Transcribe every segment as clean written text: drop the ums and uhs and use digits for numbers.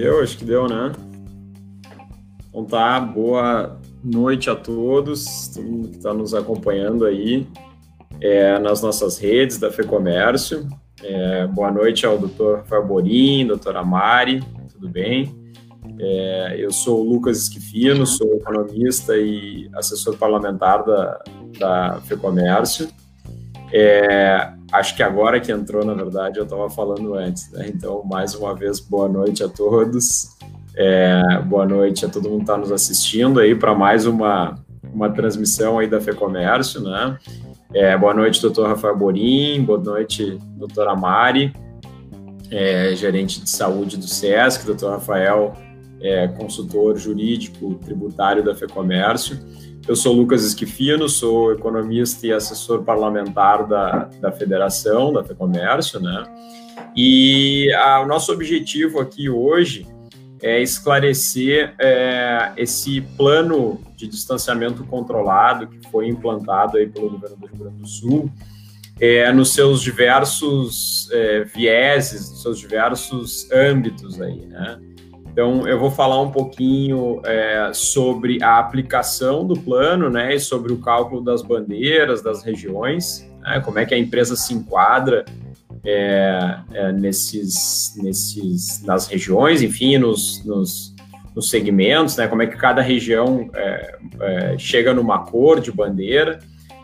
Acho que deu, né? Então tá, boa noite a todos, todo mundo que está nos acompanhando aí nas nossas redes da FEComércio. Boa noite ao Dr. Rafael Borim, doutora Mari, tudo bem? Eu sou o Lucas Esquifino, sou economista e assessor parlamentar da FEComércio. Acho que agora que entrou, na verdade, eu estava falando antes, né? Então, mais uma vez, boa noite a todos. Boa noite a todo mundo que está nos assistindo aí para mais uma transmissão aí da FEComércio, né? Boa noite, doutor Rafael Borim, boa noite, doutora Mari, gerente de saúde do SESC, doutor Rafael, consultor jurídico tributário da FEComércio. Eu sou Lucas Esquifino, sou economista e assessor parlamentar da Federação, da FEComércio, né? E o nosso objetivo aqui hoje é esclarecer esse plano de distanciamento controlado que foi implantado aí pelo governo do Rio Grande do Sul, nos seus diversos vieses, nos seus diversos âmbitos aí, né? Então, eu vou falar um pouquinho sobre a aplicação do plano, né, e sobre o cálculo das bandeiras, das regiões, né, como é que a empresa se enquadra nas regiões, enfim, nos segmentos, né, como é que cada região chega numa cor de bandeira,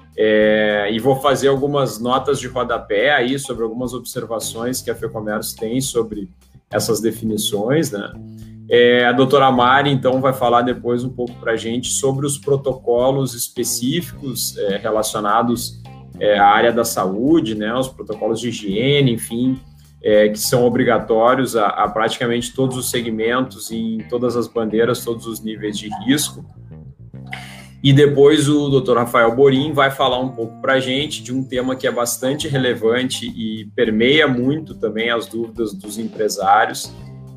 e vou fazer algumas notas de rodapé aí sobre algumas observações que a FEComércio tem sobre essas definições, né? A doutora Mari, então, vai falar depois um pouco para a gente sobre os protocolos específicos relacionados à área da saúde, né? Os protocolos de higiene, enfim, que são obrigatórios a praticamente todos os segmentos e em todas as bandeiras, todos os níveis de risco. E depois o doutor Rafael Borim vai falar um pouco para a gente de um tema que é bastante relevante e permeia muito também as dúvidas dos empresários,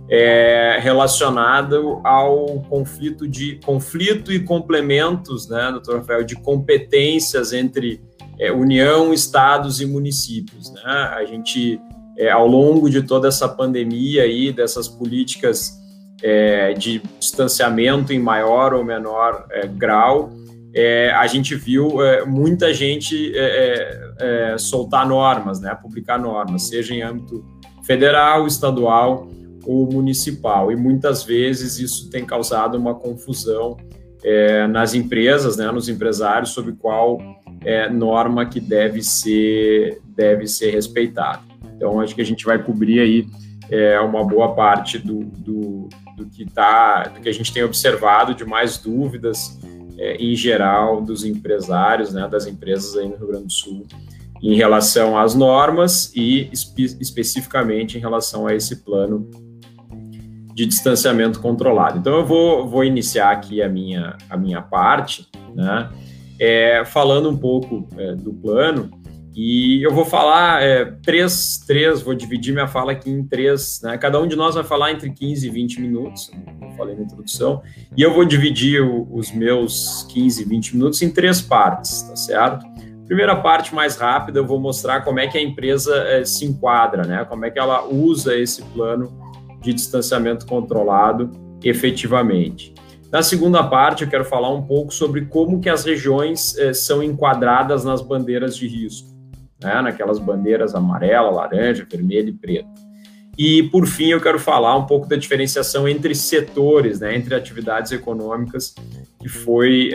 relacionado ao conflito e complementos, né, doutor Rafael, de competências entre União, estados e municípios, né? A gente, ao longo de toda essa pandemia aí, dessas políticas de distanciamento em maior ou menor grau, a gente viu muita gente soltar normas, né, publicar normas, seja em âmbito federal, estadual ou municipal, e muitas vezes isso tem causado uma confusão nas empresas, né, nos empresários, sobre qual norma que deve ser respeitada. Então, acho que a gente vai cobrir aí uma boa parte do que a gente tem observado de mais dúvidas, em geral, dos empresários, né, das empresas aí no Rio Grande do Sul, em relação às normas e especificamente em relação a esse plano de distanciamento controlado. Então, eu vou iniciar aqui a minha parte, né, falando um pouco do plano. E eu vou falar vou dividir minha fala aqui em três, né? Cada um de nós vai falar entre 15 e 20 minutos, como eu falei na introdução, e eu vou dividir os meus 15 e 20 minutos em três partes, tá certo? Primeira parte, mais rápida, eu vou mostrar como é que a empresa se enquadra, né? Como é que ela usa esse plano de distanciamento controlado efetivamente. Na segunda parte, eu quero falar um pouco sobre como que as regiões são enquadradas nas bandeiras de risco, né, naquelas bandeiras amarela, laranja, vermelha e preta. E, por fim, eu quero falar um pouco da diferenciação entre setores, né, entre atividades econômicas que foi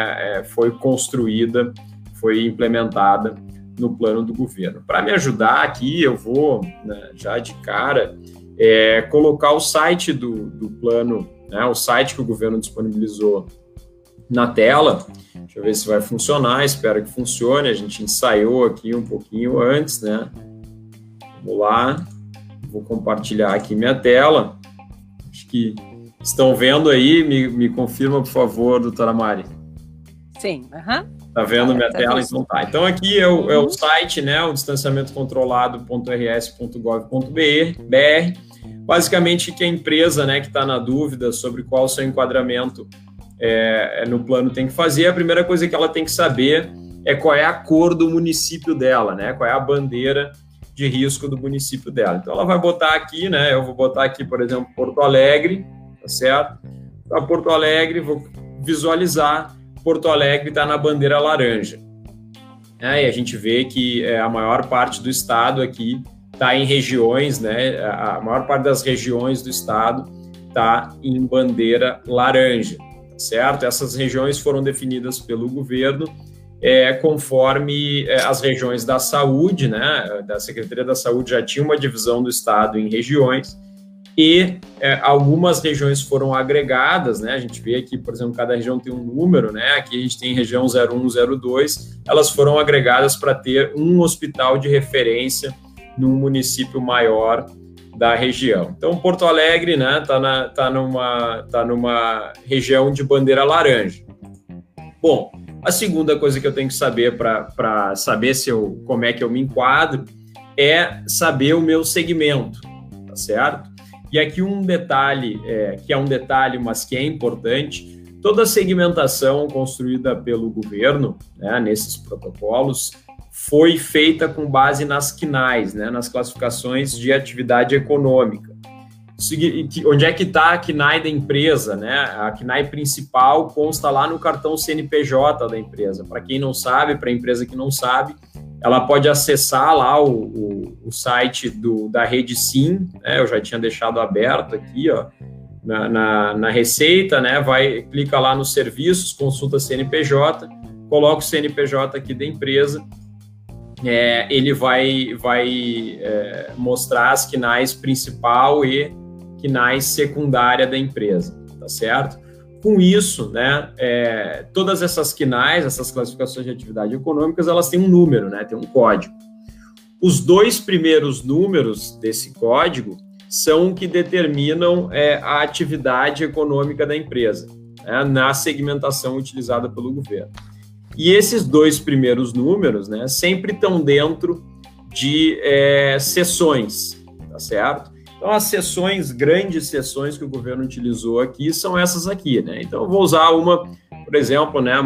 construída, foi implementada no plano do governo. Para me ajudar aqui, eu vou, né, já de cara, colocar o site do plano, né, o site que o governo disponibilizou na tela. Deixa eu ver se vai funcionar, espero que funcione. A gente ensaiou aqui um pouquinho antes, né? Vamos lá, vou compartilhar aqui minha tela. Acho que estão vendo aí, me confirma, por favor, doutora Mari. Sim, Tá vendo minha tela? Então tá. Então aqui é o site, né, o distanciamentocontrolado.rs.gov.br. Basicamente, que a empresa, né, que está na dúvida sobre qual o seu enquadramento no plano tem que fazer, a primeira coisa que ela tem que saber qual é a cor do município dela, né, qual é a bandeira de risco do município dela. Então, ela vai botar aqui, né? Eu vou botar aqui, por exemplo, Porto Alegre, tá certo? Para Porto Alegre, vou visualizar, Porto Alegre está na bandeira laranja. E a gente vê que a maior parte do estado aqui está em regiões, né? A maior parte das regiões do estado está em bandeira laranja, tá certo? Essas regiões foram definidas pelo governo conforme as regiões da saúde, né, da Secretaria da Saúde já tinha uma divisão do estado em regiões e algumas regiões foram agregadas, né, a gente vê aqui, por exemplo, cada região tem um número, né, aqui a gente tem região 01, 02, elas foram agregadas para ter um hospital de referência num município maior da região. Então, Porto Alegre, né, tá numa região de bandeira laranja. Bom, a segunda coisa que eu tenho que saber para saber como é que eu me enquadro é saber o meu segmento, tá certo? E aqui um detalhe, que é um detalhe, mas que é importante, toda a segmentação construída pelo governo, né, nesses protocolos, foi feita com base nas CNAEs, né, nas classificações de atividade econômica. Onde é que está a CNAE da empresa, né? A CNAE principal consta lá no cartão CNPJ da empresa. Para quem não sabe, para a empresa que não sabe, ela pode acessar lá o site da Rede Sim, né? Eu já tinha deixado aberto aqui, ó, na Receita, né? Clica lá nos serviços, consulta CNPJ, coloca o CNPJ aqui da empresa, ele vai mostrar as CNAEs principal e CNAEs secundária da empresa, tá certo? Com isso, né, todas essas CNAEs, essas classificações de atividade econômicas, elas têm um número, né, tem um código. Os dois primeiros números desse código são que determinam a atividade econômica da empresa, né, na segmentação utilizada pelo governo. E esses dois primeiros números, né, sempre estão dentro de seções, tá certo? Então, as seções, grandes seções que o governo utilizou aqui são essas aqui, né? Então, eu vou usar uma, por exemplo, né,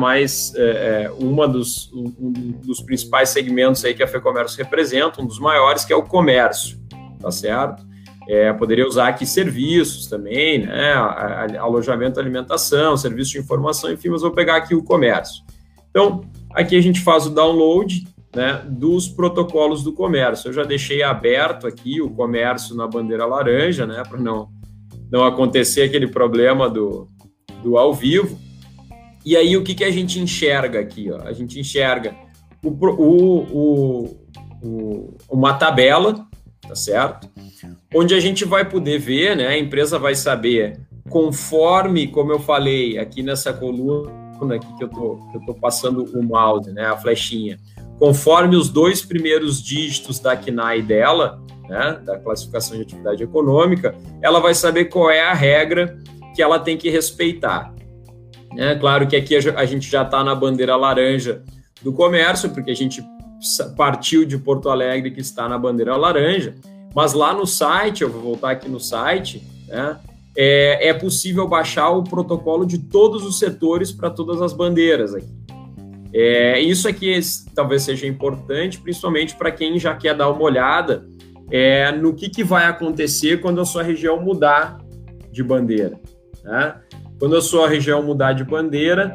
um dos principais segmentos aí que a FEComércio representa, um dos maiores, que é o comércio, tá certo? Poderia usar aqui serviços também, né? Alojamento, alimentação, serviço de informação, enfim, mas vou pegar aqui o comércio. Então, aqui a gente faz o download, né, dos protocolos do comércio. Eu já deixei aberto aqui o comércio na bandeira laranja, né, para não acontecer aquele problema do ao vivo. E aí, o que a gente enxerga aqui? Ó? A gente enxerga uma tabela, tá certo? Onde a gente vai poder ver, né, a empresa vai saber, conforme, como eu falei, aqui nessa coluna aqui que eu tô passando o mouse, né, a flechinha, conforme os dois primeiros dígitos da CNAE dela, né, da classificação de atividade econômica, ela vai saber qual é a regra que ela tem que respeitar. Claro que aqui a gente já está na bandeira laranja do comércio, porque a gente partiu de Porto Alegre, que está na bandeira laranja, mas lá no site, eu vou voltar aqui no site, né, é possível baixar o protocolo de todos os setores para todas as bandeiras aqui. Isso aqui talvez seja importante, principalmente para quem já quer dar uma olhada no que vai acontecer quando a sua região mudar de bandeira, né? Quando a sua região mudar de bandeira,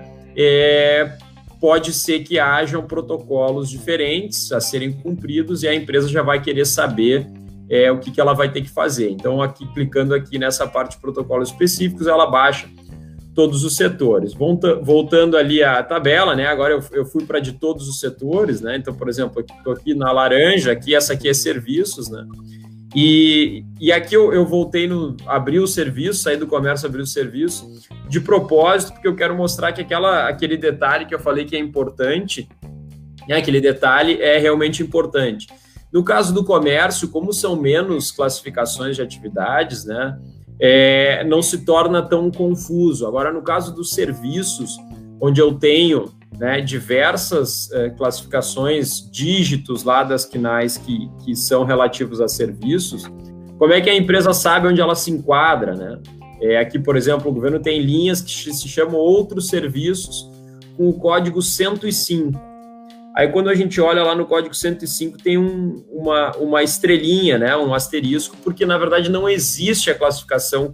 pode ser que hajam protocolos diferentes a serem cumpridos e a empresa já vai querer saber o que ela vai ter que fazer. Então, aqui clicando aqui nessa parte de protocolos específicos, ela baixa todos os setores. Voltando ali à tabela, né? Agora eu fui para de todos os setores, né? Então, por exemplo, estou aqui na laranja, essa aqui é serviços, né? E aqui eu voltei abri o serviço, saí do comércio, abri o serviço, de propósito, porque eu quero mostrar que aquele detalhe que eu falei que é importante, né? Aquele detalhe é realmente importante. No caso do comércio, como são menos classificações de atividades, né, não se torna tão confuso. Agora, no caso dos serviços, onde eu tenho, né, diversas classificações, dígitos lá das CNAEs que são relativos a serviços, como é que a empresa sabe onde ela se enquadra, né? Aqui, por exemplo, o governo tem linhas que se chamam outros serviços com o código 105. Aí, quando a gente olha lá no Código 105, tem uma estrelinha, né, um asterisco, porque, na verdade, não existe a classificação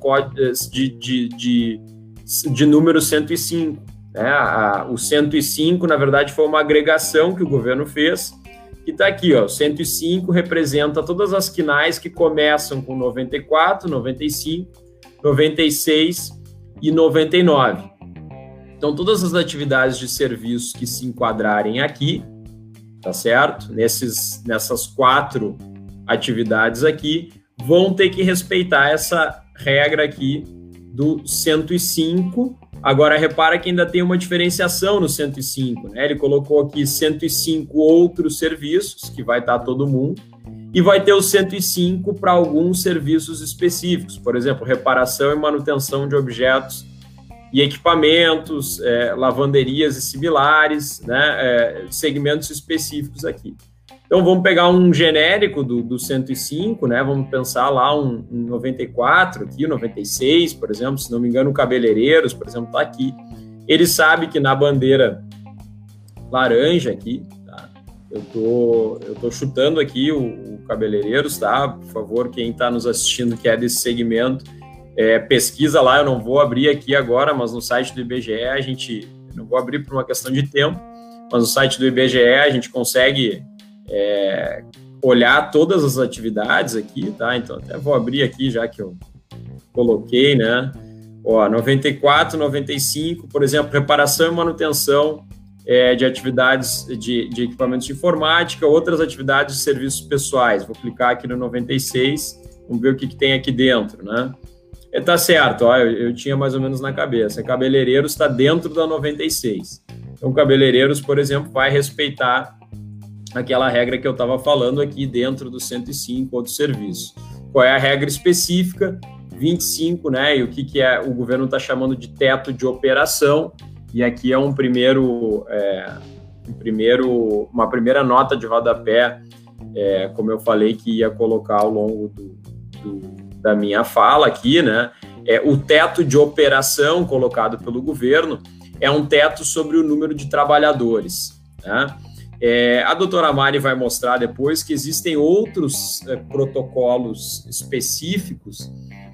de número 105. Né? O 105, na verdade, foi uma agregação que o governo fez, que está aqui, ó, 105 representa todas as quinais que começam com 94, 95, 96 e 99. Então, todas as atividades de serviços que se enquadrarem aqui, tá certo? Nessas 4 atividades aqui, vão ter que respeitar essa regra aqui do 105. Agora, repara que ainda tem uma diferenciação no 105, né? Ele colocou aqui 105 outros serviços, que vai estar todo mundo, e vai ter o 105 para alguns serviços específicos, por exemplo, reparação e manutenção de objetos e equipamentos, lavanderias e similares, né, segmentos específicos aqui. Então, vamos pegar um genérico do 105, né, vamos pensar lá um 94 aqui, 96, por exemplo, se não me engano, o cabeleireiros, por exemplo, está aqui. Ele sabe que na bandeira laranja aqui, tá, eu tô chutando aqui o cabeleireiros, tá, por favor, quem está nos assistindo que é desse segmento, pesquisa lá, eu não vou abrir aqui agora, mas no site do IBGE não vou abrir por uma questão de tempo, mas no site do IBGE a gente consegue olhar todas as atividades aqui, tá? Então até vou abrir aqui já que eu coloquei, né? Ó, 94, 95, por exemplo, reparação e manutenção de atividades de equipamentos de informática, outras atividades de serviços pessoais. Vou clicar aqui no 96, vamos ver o que tem aqui dentro, né? Tá certo, ó, eu tinha mais ou menos na cabeça. Cabeleireiros está dentro da 96. Então, cabeleireiros, por exemplo, vai respeitar aquela regra que eu estava falando aqui dentro do 105 ou do serviço. Qual é a regra específica? 25, né? E o que o governo está chamando de teto de operação. E aqui é uma primeira nota de rodapé, como eu falei que ia colocar ao longo da minha fala aqui, né? O teto de operação colocado pelo governo é um teto sobre o número de trabalhadores, né? A doutora Mari vai mostrar depois que existem outros protocolos específicos,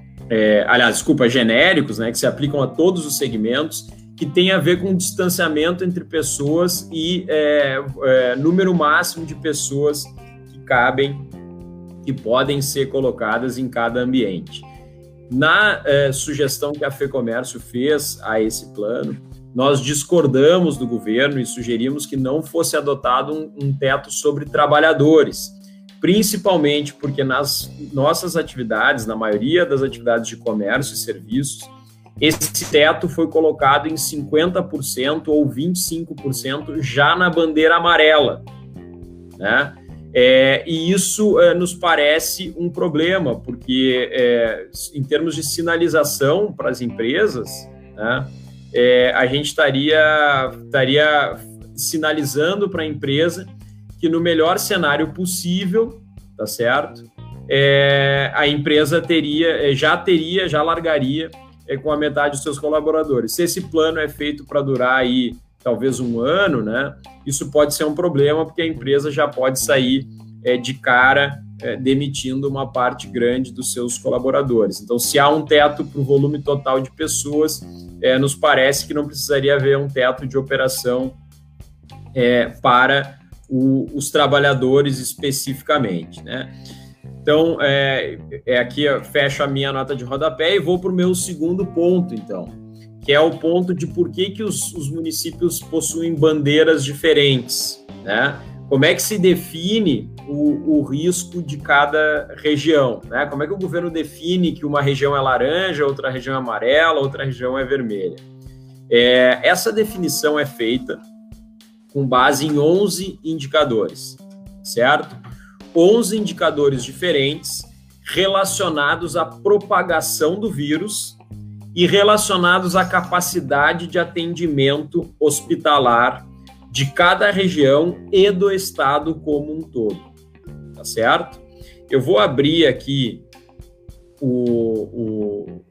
genéricos, né, que se aplicam a todos os segmentos, que tem a ver com distanciamento entre pessoas e número máximo de pessoas que cabem, que podem ser colocadas em cada ambiente. Na sugestão que a FEComércio fez a esse plano, nós discordamos do governo e sugerimos que não fosse adotado um teto sobre trabalhadores, principalmente porque nas nossas atividades, na maioria das atividades de comércio e serviços, esse teto foi colocado em 50% ou 25% já na bandeira amarela, né? E isso nos parece um problema, porque em termos de sinalização para as empresas, né, a gente estaria sinalizando para a empresa que no melhor cenário possível, tá certo? A empresa já largaria com a metade dos seus colaboradores. Se esse plano é feito para durar aí talvez um ano, né? Isso pode ser um problema, porque a empresa já pode sair de cara demitindo uma parte grande dos seus colaboradores. Então, se há um teto para o volume total de pessoas, nos parece que não precisaria haver um teto de operação para os trabalhadores especificamente, né? Então, aqui eu fecho a minha nota de rodapé e vou para o meu segundo ponto, então, que é o ponto de por que os municípios possuem bandeiras diferentes, né? Como é que se define o risco de cada região, né? Como é que o governo define que uma região é laranja, outra região é amarela, outra região é vermelha? Essa definição é feita com base em 11 indicadores, certo? 11 indicadores diferentes relacionados à propagação do vírus e relacionados à capacidade de atendimento hospitalar de cada região e do estado como um todo, tá certo? Eu vou abrir aqui o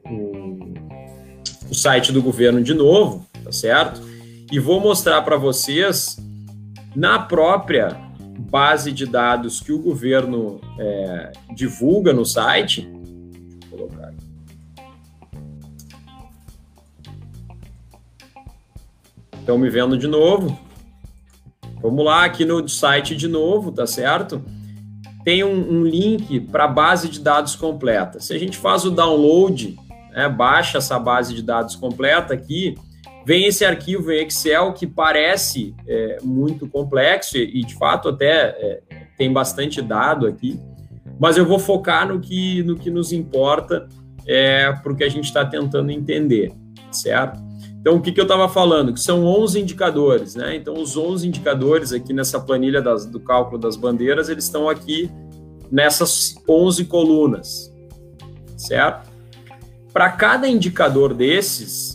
site do governo de novo, tá certo? E vou mostrar para vocês Na própria base de dados que o governo divulga no site, deixa eu colocar aqui. Estão me vendo de novo? Vamos lá, aqui no site de novo, tá certo? Tem um link para a base de dados completa. Se a gente faz o download, baixa essa base de dados completa aqui, vem esse arquivo em Excel que parece muito complexo e de fato até tem bastante dado aqui, mas eu vou focar no que nos importa, porque a gente está tentando entender, certo? Então, o que eu estava falando? Que são 11 indicadores, né? Então, os 11 indicadores aqui nessa planilha do cálculo das bandeiras, eles estão aqui nessas 11 colunas, certo? Para cada indicador desses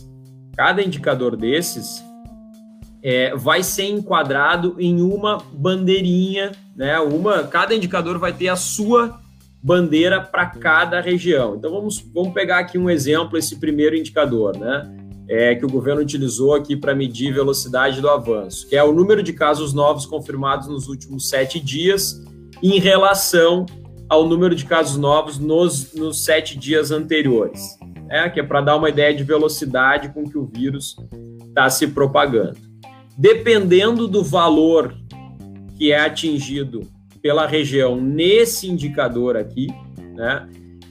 vai ser enquadrado em uma bandeirinha, né? Cada indicador vai ter a sua bandeira para cada região. Então, vamos pegar aqui um exemplo, esse primeiro indicador, né? Que o governo utilizou aqui para medir velocidade do avanço, que é o número de casos novos confirmados nos últimos 7 dias em relação ao número de casos novos nos 7 dias anteriores, que é para dar uma ideia de velocidade com que o vírus está se propagando. Dependendo do valor que é atingido pela região nesse indicador aqui, né,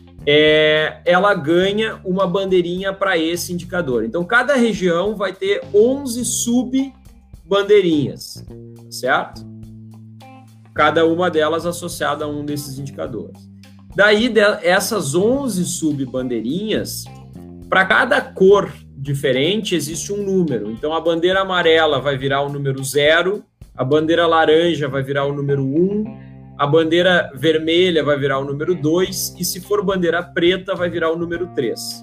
ela ganha uma bandeirinha para esse indicador. Então, cada região vai ter 11 sub-bandeirinhas, certo? Cada uma delas associada a um desses indicadores. Daí, essas 11 sub-bandeirinhas, para cada cor diferente, existe um número. Então, a bandeira amarela vai virar o número 0, a bandeira laranja vai virar o número 1, a bandeira vermelha vai virar o número 2 e, se for bandeira preta, vai virar o número 3.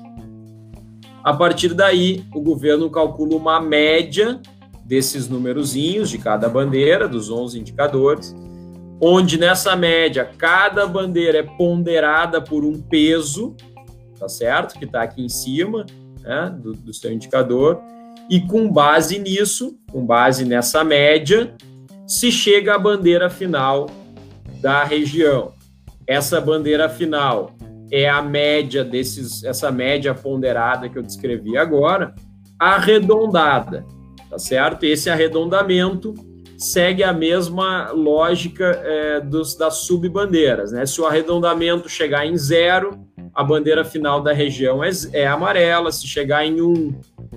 A partir daí, o governo calcula uma média desses numerozinhos de cada bandeira, dos 11 indicadores, onde nessa média cada bandeira é ponderada por um peso, tá certo? Que está aqui em cima, né, do seu indicador, e com base nisso, com base nessa média, se chega à bandeira final da região. Essa bandeira final é a média essa média ponderada que eu descrevi agora, arredondada, tá certo? Esse arredondamento segue a mesma lógica das subbandeiras, né? Se o arredondamento chegar em 0, a bandeira final da região é amarela, se chegar em 1,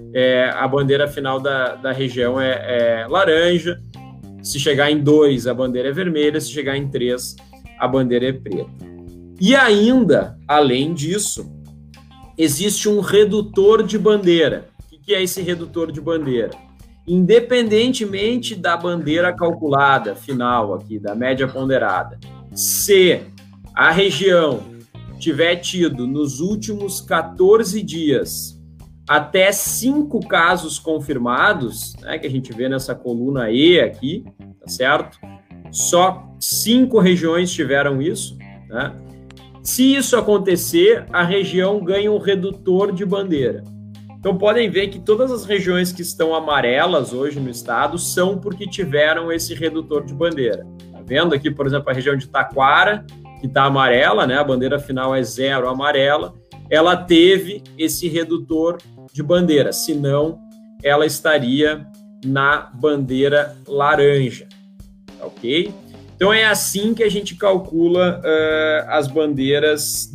a bandeira final da região é laranja, se chegar em 2, a bandeira é vermelha, se chegar em 3, a bandeira é preta. E ainda, além disso, existe um redutor de bandeira. O que é esse redutor de bandeira? Independentemente da bandeira calculada final aqui, da média ponderada, se a região tiver tido nos últimos 14 dias até 5 casos confirmados, né, que a gente vê nessa coluna E aqui, tá certo? Só 5 regiões tiveram isso, né? Se isso acontecer, a região ganha um redutor de bandeira. Então, podem ver que todas as regiões que estão amarelas hoje no estado são porque tiveram esse redutor de bandeira. Tá vendo aqui, por exemplo, a região de Taquara, que está amarela, né? A bandeira final é 0 amarela, ela teve esse redutor de bandeira, senão ela estaria na bandeira laranja, ok? Então é assim que a gente calcula as bandeiras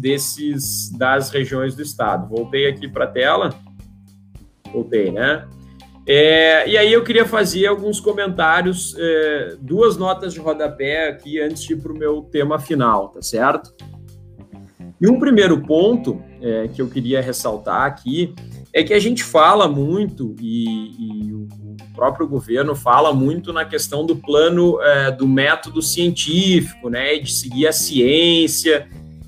das regiões do estado. Voltei aqui para a tela, voltei, né? E aí eu queria fazer alguns comentários, 2 notas de rodapé aqui antes de ir para o meu tema final, tá certo? E um primeiro ponto que eu queria ressaltar aqui é que a gente fala muito, e o próprio governo fala muito na questão do plano, do método científico, né, de seguir a ciência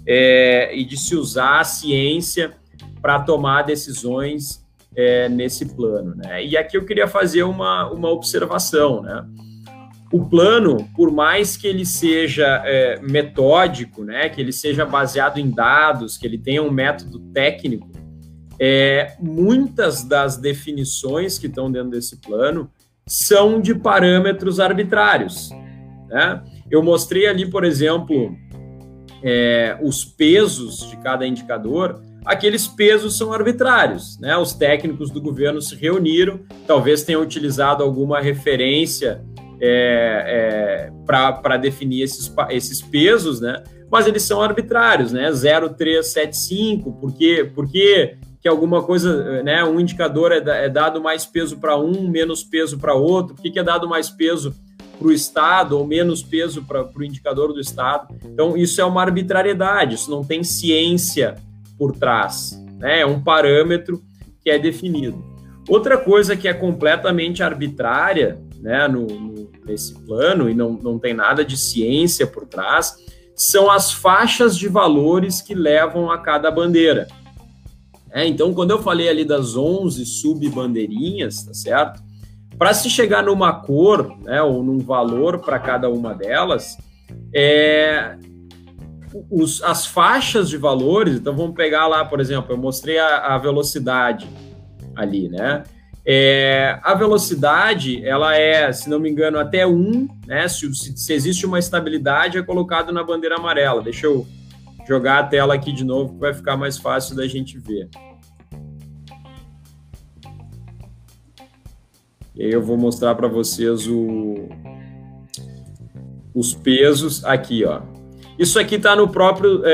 e de se usar a ciência para tomar decisões nesse plano, né? E aqui eu queria fazer uma observação, né? O plano, por mais que ele seja metódico, né, que ele seja baseado em dados, que ele tenha um método técnico, muitas das definições que estão dentro desse plano são de parâmetros arbitrários, né? Eu mostrei ali, por exemplo, os pesos de cada indicador. Aqueles pesos são arbitrários, né? Os técnicos do governo se reuniram, talvez tenham utilizado alguma referência para definir esses pesos, né? Mas eles são arbitrários, né? 0,375, porque que alguma coisa, né? Um indicador é dado mais peso para um, menos peso para outro, por que é dado mais peso para o Estado ou menos peso para o indicador do Estado. Então, isso é uma arbitrariedade, isso não tem ciência por trás, né? É um parâmetro que é definido. Outra coisa que é completamente arbitrária, né, nesse plano, e não tem nada de ciência por trás, são as faixas de valores que levam a cada bandeira. Então, quando eu falei ali das 11 subbandeirinhas, tá certo? Para se chegar numa cor, né, ou num valor para cada uma delas, as faixas de valores, então vamos pegar lá, por exemplo, eu mostrei a velocidade ali, né? A velocidade, ela se não me engano, até 1, né? Se existe uma estabilidade, é colocado na bandeira amarela. Deixa eu jogar a tela aqui de novo, que vai ficar mais fácil da gente ver. E aí eu vou mostrar para vocês os pesos aqui, ó. Isso aqui está no próprio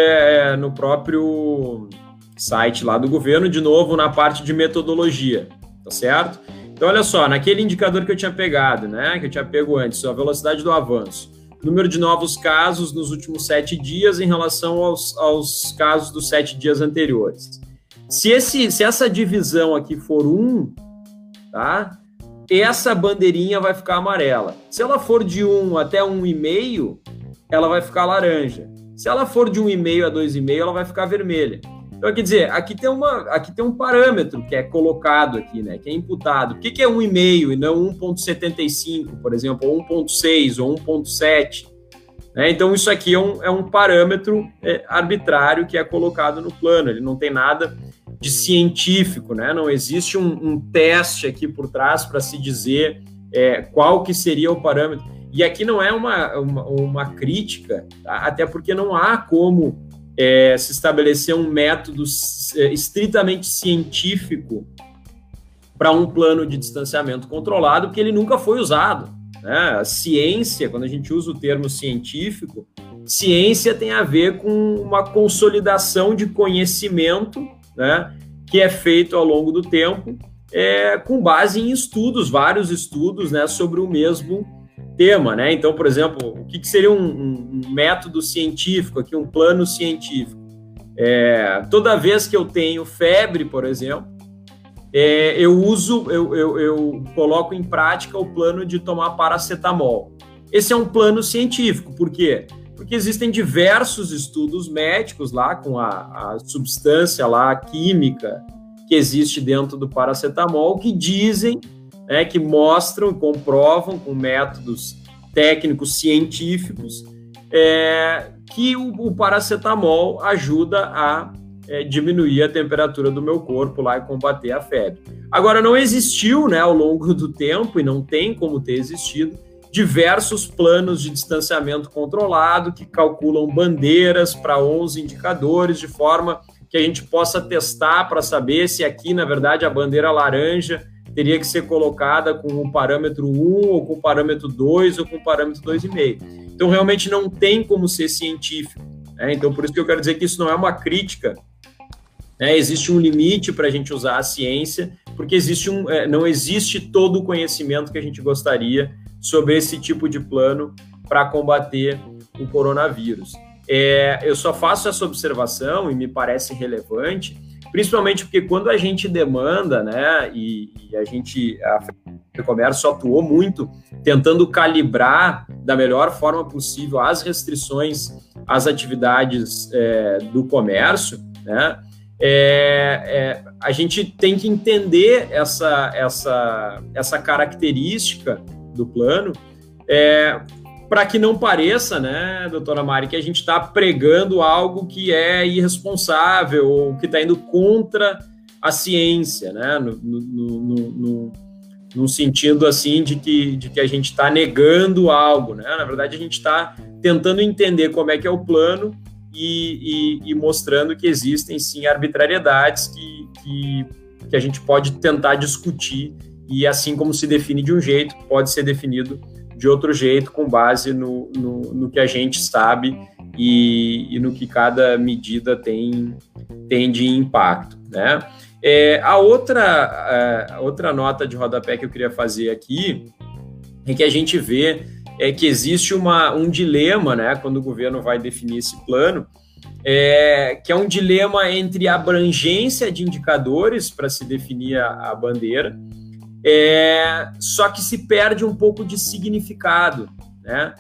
site lá do governo, de novo, na parte de metodologia, tá certo? Então, olha só, naquele indicador que eu tinha pegado, né, que eu tinha pego antes, a velocidade do avanço, número de novos casos nos últimos 7 dias em relação aos casos dos 7 dias anteriores. Se essa divisão aqui for 1, tá? Essa bandeirinha vai ficar amarela. Se ela for de 1 até 1,5, ela vai ficar laranja. Se ela for de 1,5 a 2,5, ela vai ficar vermelha. Então, quer dizer, aqui tem um parâmetro que é colocado aqui, né, que é imputado. O que é 1,5 e não 1,75, por exemplo, ou 1,6 ou 1,7? Né? Então, isso aqui é um parâmetro arbitrário que é colocado no plano. Ele não tem nada de científico, né? Não existe um teste aqui por trás para se dizer qual que seria o parâmetro. E aqui não é uma crítica, tá? Até porque não há como se estabelecer um método estritamente científico para um plano de distanciamento controlado, porque ele nunca foi usado, né? A ciência, quando a gente usa o termo científico, ciência tem a ver com uma consolidação de conhecimento, né, que é feito ao longo do tempo, com base em estudos, vários estudos, né, sobre o mesmo tema, né? Então, por exemplo, o que seria um método científico, aqui, um plano científico? Toda vez que eu tenho febre, por exemplo, eu coloco em prática o plano de tomar paracetamol. Esse é um plano científico, por quê? Porque existem diversos estudos médicos lá com a substância lá química que existe dentro do paracetamol que dizem, né, que mostram e comprovam com métodos técnicos científicos que o paracetamol ajuda a diminuir a temperatura do meu corpo lá e combater a febre. Agora, não existiu, né, ao longo do tempo, e não tem como ter existido, diversos planos de distanciamento controlado que calculam bandeiras para 11 indicadores, de forma que a gente possa testar para saber se aqui, na verdade, a bandeira laranja teria que ser colocada com o parâmetro 1, ou com o parâmetro 2, ou com o parâmetro 2,5. Então, realmente não tem como ser científico, né? Então, por isso que eu quero dizer que isso não é uma crítica, né? Existe um limite para a gente usar a ciência, porque não existe todo o conhecimento que a gente gostaria sobre esse tipo de plano para combater o coronavírus. Eu só faço essa observação e me parece relevante, principalmente porque quando a gente demanda, né, a FEComércio atuou muito tentando calibrar da melhor forma possível as restrições às atividades do comércio, né, a gente tem que entender essa característica do plano, para que não pareça, né, doutora Mari, que a gente está pregando algo que é irresponsável ou que está indo contra a ciência, né, num sentido assim de que a gente está negando algo, né? Na verdade, a gente está tentando entender como é que é o plano e mostrando que existem, sim, arbitrariedades que a gente pode tentar discutir, e assim como se define de um jeito, pode ser definido de outro jeito, com base no que a gente sabe e no que cada medida tem de impacto, né? A outra nota de rodapé que eu queria fazer aqui é que a gente vê que existe um dilema, né, quando o governo vai definir esse plano, que é um dilema entre abrangência de indicadores para se definir a bandeira, só que se perde um pouco de significado, né?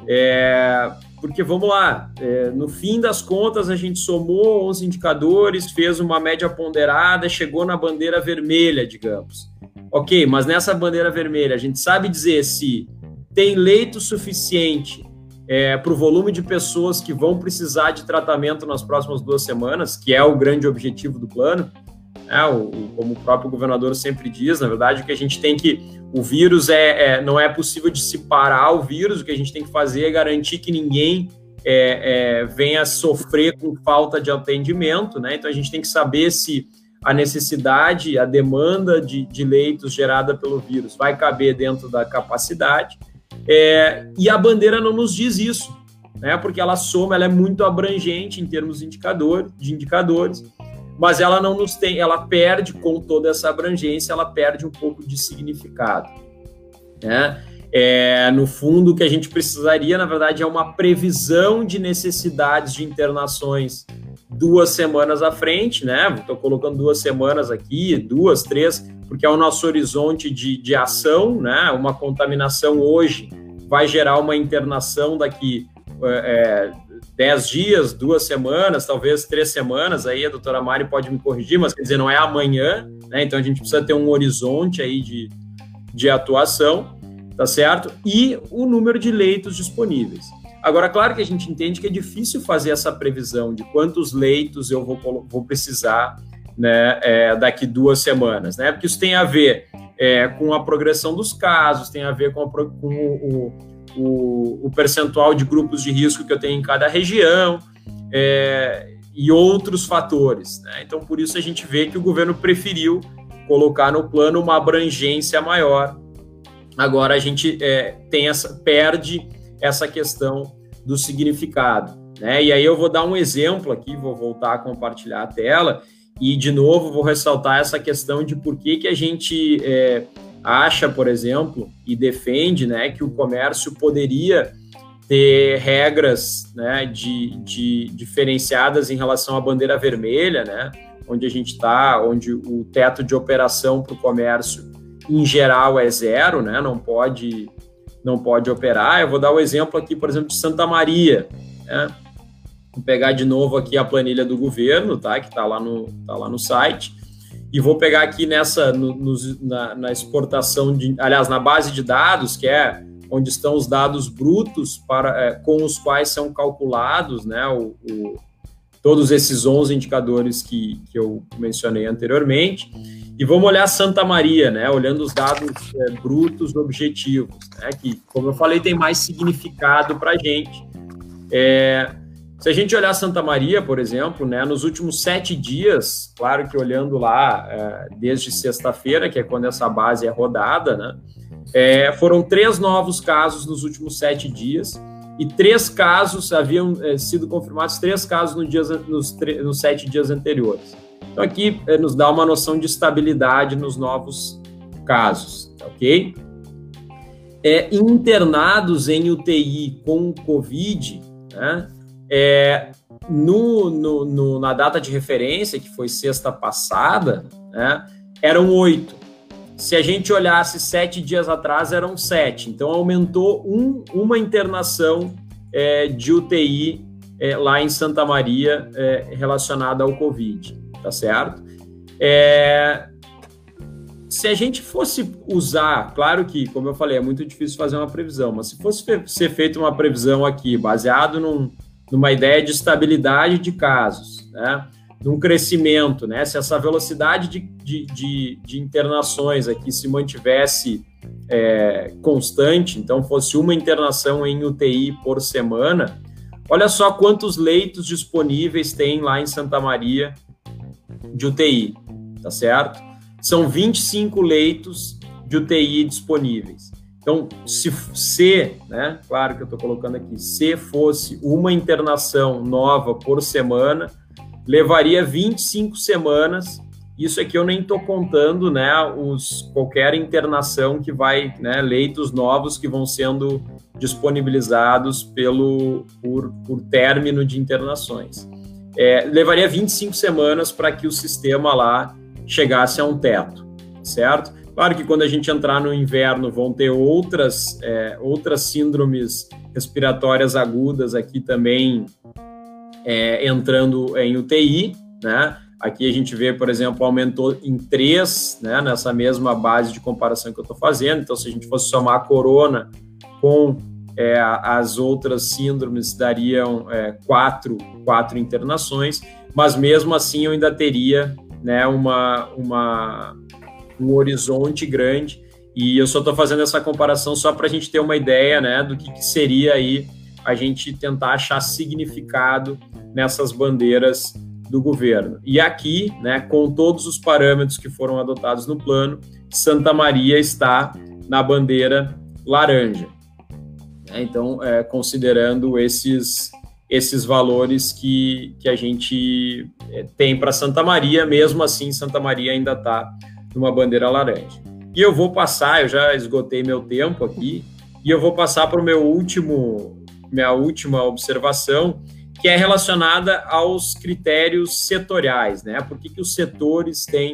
Porque, vamos lá, no fim das contas, a gente somou 11 indicadores, fez uma média ponderada, chegou na bandeira vermelha, digamos. Ok, mas nessa bandeira vermelha, a gente sabe dizer se tem leito suficiente para o volume de pessoas que vão precisar de tratamento nas próximas 2 semanas, que é o grande objetivo do plano. Como o próprio governador sempre diz, na verdade, o que a gente tem o vírus não é possível de se parar o vírus, o que a gente tem que fazer é garantir que ninguém venha sofrer com falta de atendimento, né? Então a gente tem que saber se a necessidade, a demanda de leitos gerada pelo vírus vai caber dentro da capacidade, e a bandeira não nos diz isso, né? Porque ela é muito abrangente em termos de indicadores, mas ela não nos tem, ela perde, com toda essa abrangência, ela perde um pouco de significado, né? No fundo, o que a gente precisaria, na verdade, é uma previsão de necessidades de internações 2 semanas à frente, né? Estou colocando 2 semanas aqui, 2, 3, porque é o nosso horizonte de ação, né? Uma contaminação hoje vai gerar uma internação daqui 10 dias, 2 semanas, talvez 3 semanas, aí a doutora Mari pode me corrigir, mas quer dizer, não é amanhã, né? Então a gente precisa ter um horizonte aí de atuação, tá certo? E o número de leitos disponíveis. Agora, claro que a gente entende que é difícil fazer essa previsão de quantos leitos eu vou precisar, né, daqui 2 semanas, né? Porque isso tem a ver com a progressão dos casos, tem a ver com o percentual de grupos de risco que eu tenho em cada região, e outros fatores, né? Então, por isso a gente vê que o governo preferiu colocar no plano uma abrangência maior. Agora a gente perde essa questão do significado, né? E aí eu vou dar um exemplo aqui, vou voltar a compartilhar a tela e, de novo, vou ressaltar essa questão de por que a gente acha, por exemplo, e defende, né, que o comércio poderia ter regras, né, diferenciadas em relação à bandeira vermelha, né, onde o teto de operação para o comércio, em geral, é 0, né, não pode operar. Eu vou dar o exemplo aqui, por exemplo, de Santa Maria, né? Vou pegar de novo aqui a planilha do governo, tá, que está lá no site. E vou pegar aqui na exportação, aliás, na base de dados, que é onde estão os dados brutos com os quais são calculados, né, todos esses 11 indicadores que eu mencionei anteriormente. E vamos olhar Santa Maria, né, olhando os dados brutos objetivos, né, que, como eu falei, tem mais significado para a gente. Se a gente olhar Santa Maria, por exemplo, né, nos últimos 7 dias, claro que olhando lá desde sexta-feira, que é quando essa base é rodada, né, foram 3 novos casos nos últimos 7 dias e 3 casos, haviam sido confirmados 3 casos nos 7 dias anteriores. Então aqui nos dá uma noção de estabilidade nos novos casos, ok? Internados em UTI com Covid, né, na data de referência, que foi sexta passada, né, eram 8. Se a gente olhasse 7 dias atrás, eram 7. Então, aumentou uma internação de UTI lá em Santa Maria relacionada ao Covid, tá certo? Se a gente fosse usar, claro que, como eu falei, é muito difícil fazer uma previsão, mas se fosse ser feita uma previsão aqui, baseado numa ideia de estabilidade de casos, né? num crescimento, né? Se essa velocidade de internações aqui se mantivesse constante, então fosse uma internação em UTI por semana, olha só quantos leitos disponíveis tem lá em Santa Maria de UTI, tá certo? São 25 leitos de UTI disponíveis. Então, se né, claro que eu estou colocando aqui, se fosse uma internação nova por semana, levaria 25 semanas. Isso aqui eu nem estou contando, né, qualquer internação que vai, né, leitos novos que vão sendo disponibilizados por término de internações. Levaria 25 semanas para que o sistema lá chegasse a um teto, certo? Claro que quando a gente entrar no inverno vão ter outras síndromes respiratórias agudas aqui também entrando em UTI, né? Aqui a gente vê, por exemplo, aumentou em 3, né, nessa mesma base de comparação que eu estou fazendo. Então, se a gente fosse somar a corona com as outras síndromes, dariam 4 internações, mas mesmo assim eu ainda teria, né, um horizonte grande, e eu só estou fazendo essa comparação só para a gente ter uma ideia, né, do que seria aí a gente tentar achar significado nessas bandeiras do governo. E aqui, né, com todos os parâmetros que foram adotados no plano, Santa Maria está na bandeira laranja. Então, considerando esses valores que a gente tem para Santa Maria, mesmo assim, Santa Maria ainda está numa bandeira laranja. E eu vou passar, eu já esgotei meu tempo aqui, e eu vou passar para minha última observação, que é relacionada aos critérios setoriais, né? Por que os setores têm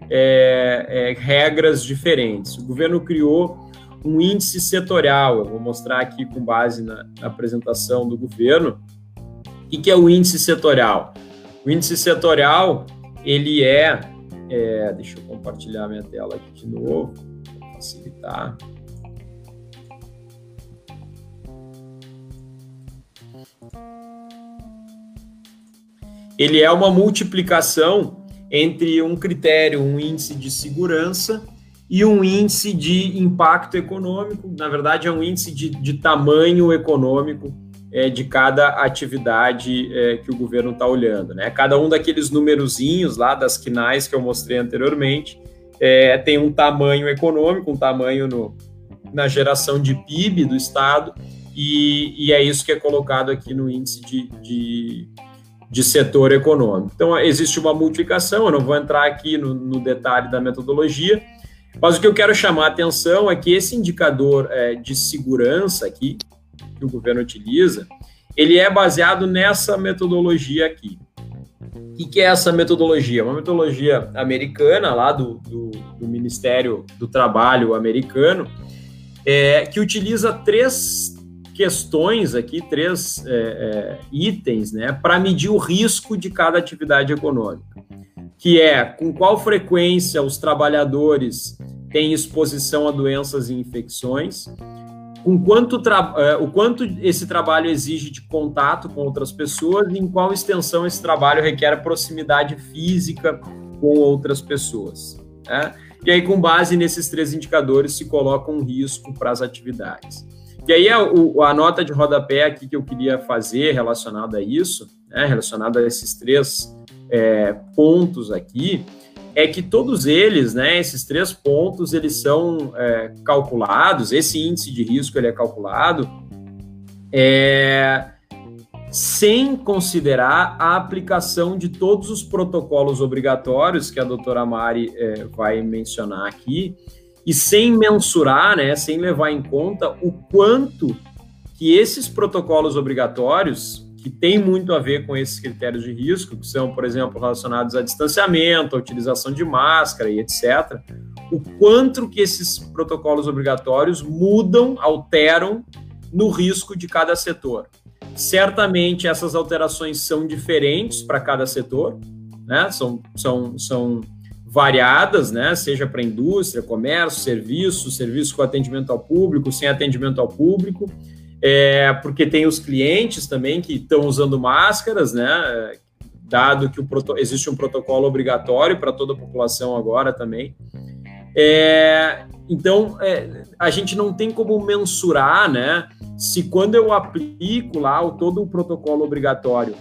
regras diferentes? O governo criou um índice setorial, eu vou mostrar aqui com base na apresentação do governo. O que é o índice setorial? O índice setorial, ele deixa eu compartilhar minha tela aqui de novo, para facilitar. Ele é uma multiplicação entre um critério, um índice de segurança e um índice de impacto econômico. Na verdade, é um índice de tamanho econômico de cada atividade que o governo está olhando, né? Cada um daqueles numerozinhos lá das quinais que eu mostrei anteriormente tem um tamanho econômico, um tamanho na geração de PIB do Estado, e é isso que é colocado aqui no índice de setor econômico. Então, existe uma multiplicação, eu não vou entrar aqui no detalhe da metodologia, mas o que eu quero chamar a atenção é que esse indicador de segurança aqui, que o governo utiliza, ele é baseado nessa metodologia aqui. O que é essa metodologia? Uma metodologia americana, lá do Ministério do Trabalho americano, que utiliza 3 questões aqui, 3 itens, né, para medir o risco de cada atividade econômica, que é com qual frequência os trabalhadores têm exposição a doenças e infecções, o quanto esse trabalho exige de contato com outras pessoas e em qual extensão esse trabalho requer proximidade física com outras pessoas, né? E aí, com base nesses 3 indicadores, se coloca um risco para as atividades. E aí, a nota de rodapé aqui que eu queria fazer relacionada a isso, né, relacionada a esses 3 pontos aqui, é que todos eles, né, esses 3 pontos, eles são calculados, esse índice de risco ele é calculado sem considerar a aplicação de todos os protocolos obrigatórios que a doutora Mari vai mencionar aqui, e sem mensurar, né, sem levar em conta o quanto que esses protocolos obrigatórios, que tem muito a ver com esses critérios de risco, que são, por exemplo, relacionados a distanciamento, a utilização de máscara e etc., o quanto que esses protocolos obrigatórios mudam, alteram no risco de cada setor. Certamente essas alterações são diferentes para cada setor, né? São variadas, né? Seja para indústria, comércio, serviço com atendimento ao público, sem atendimento ao público, porque tem os clientes também que estão usando máscaras, né? dado que existe um protocolo obrigatório para toda a população agora também. Então, a gente não tem como mensurar, né, se quando eu aplico lá todo o protocolo obrigatório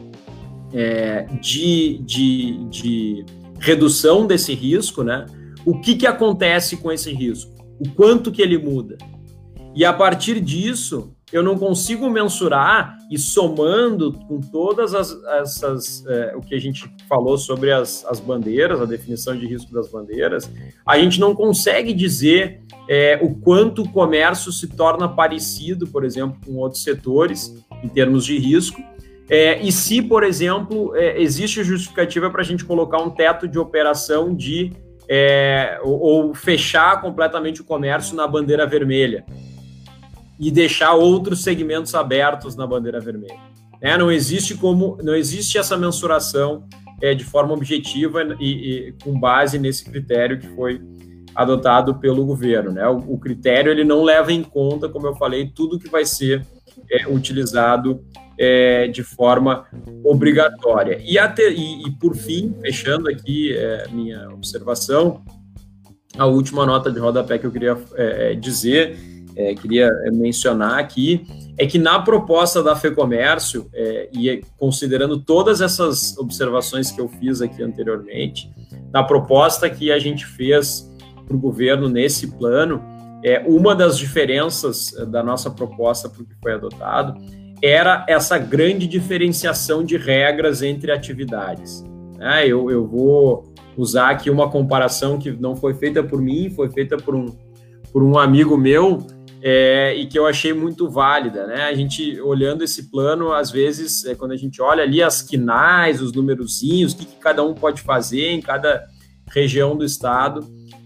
de redução desse risco, né, o que acontece com esse risco, o quanto que ele muda. E a partir disso, eu não consigo mensurar, e somando com todas o que a gente falou sobre as bandeiras, a definição de risco das bandeiras, a gente não consegue dizer o quanto o comércio se torna parecido, por exemplo, com outros setores, em termos de risco, e se, por exemplo, existe justificativa para a gente colocar um teto de operação ou fechar completamente o comércio na bandeira vermelha e deixar outros segmentos abertos na bandeira vermelha. Não existe essa mensuração de forma objetiva e com base nesse critério que foi adotado pelo governo, né? O critério ele não leva em conta, como eu falei, tudo que vai ser utilizado de forma obrigatória. E por fim, fechando aqui minha observação, a última nota de rodapé que eu queria queria mencionar aqui, é que na proposta da FEComércio, e considerando todas essas observações que eu fiz aqui anteriormente, na proposta que a gente fez para o governo nesse plano, uma das diferenças da nossa proposta para o que foi adotado era essa grande diferenciação de regras entre atividades. Eu vou usar aqui uma comparação que não foi feita por mim, foi feita por um amigo meu, e que eu achei muito válida, né? A gente, olhando esse plano, às vezes, quando a gente olha ali as quinais, os numerozinhos, o que cada um pode fazer em cada região do estado,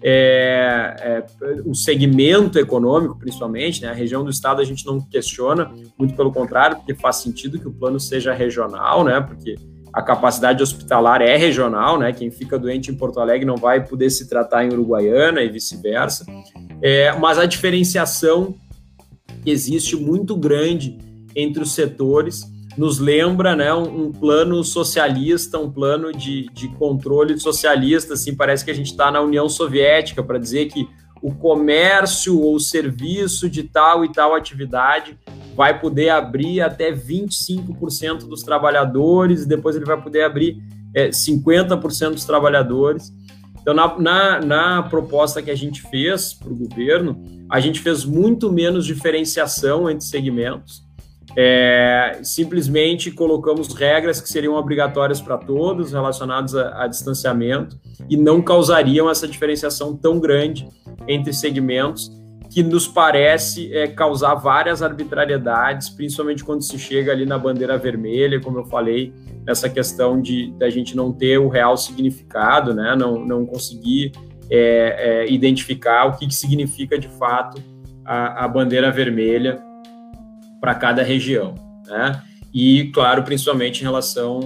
o segmento econômico, principalmente, né? A região do estado a gente não questiona, muito pelo contrário, porque faz sentido que o plano seja regional, né? Porque a capacidade hospitalar é regional, né? Quem fica doente em Porto Alegre não vai poder se tratar em Uruguaiana e vice-versa. Mas a diferenciação que existe muito grande entre os setores nos lembra, né, um plano socialista, um plano de controle socialista, assim, parece que a gente está na União Soviética para dizer que o comércio ou o serviço de tal e tal atividade vai poder abrir até 25% dos trabalhadores, e depois ele vai poder abrir 50% dos trabalhadores. Então, na proposta que a gente fez para o governo, a gente fez muito menos diferenciação entre segmentos, simplesmente colocamos regras que seriam obrigatórias para todos, relacionadas a distanciamento, e não causariam essa diferenciação tão grande entre segmentos, que nos parece causar várias arbitrariedades, principalmente quando se chega ali na bandeira vermelha, como eu falei, essa questão da gente não ter o real significado, né? Não conseguir identificar o que significa de fato a bandeira vermelha para cada região, né? E, claro, principalmente em relação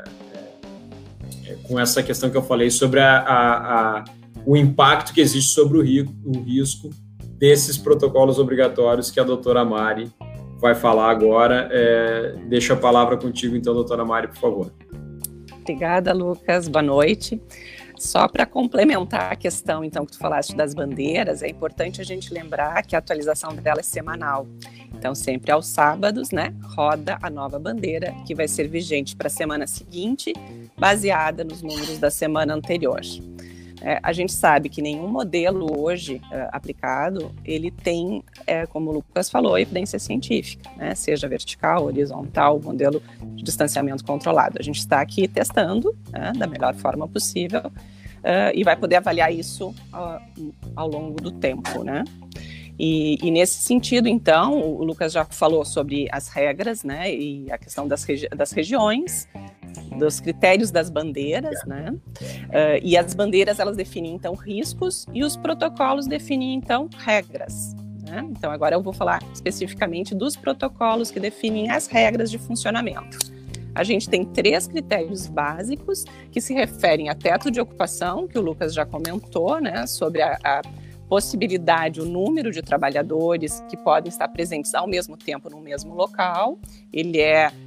com essa questão que eu falei sobre o impacto que existe sobre o risco desses protocolos obrigatórios que a doutora Mari vai falar agora. Deixo a palavra contigo, então, doutora Mari, por favor. Obrigada, Lucas. Boa noite. Só para complementar a questão, então, que tu falaste das bandeiras, é importante a gente lembrar que a atualização dela é semanal. Então, sempre aos sábados, né, roda a nova bandeira, que vai ser vigente para a semana seguinte, baseada nos números da semana anterior. A gente sabe que nenhum modelo hoje aplicado, ele tem, como o Lucas falou, evidência científica, né? Seja vertical, horizontal, modelo de distanciamento controlado. A gente está aqui testando, né, da melhor forma possível, e vai poder avaliar isso ao longo do tempo, né? E nesse sentido, então, o Lucas já falou sobre as regras, né, e a questão das regiões, dos critérios das bandeiras, né, e as bandeiras, elas definem, então, riscos, e os protocolos definem, então, regras, né? Então, agora eu vou falar especificamente dos protocolos que definem as regras de funcionamento. A gente tem 3 critérios básicos que se referem a teto de ocupação, que o Lucas já comentou, né, sobre a possibilidade, o número de trabalhadores que podem estar presentes ao mesmo tempo no mesmo local. Ele é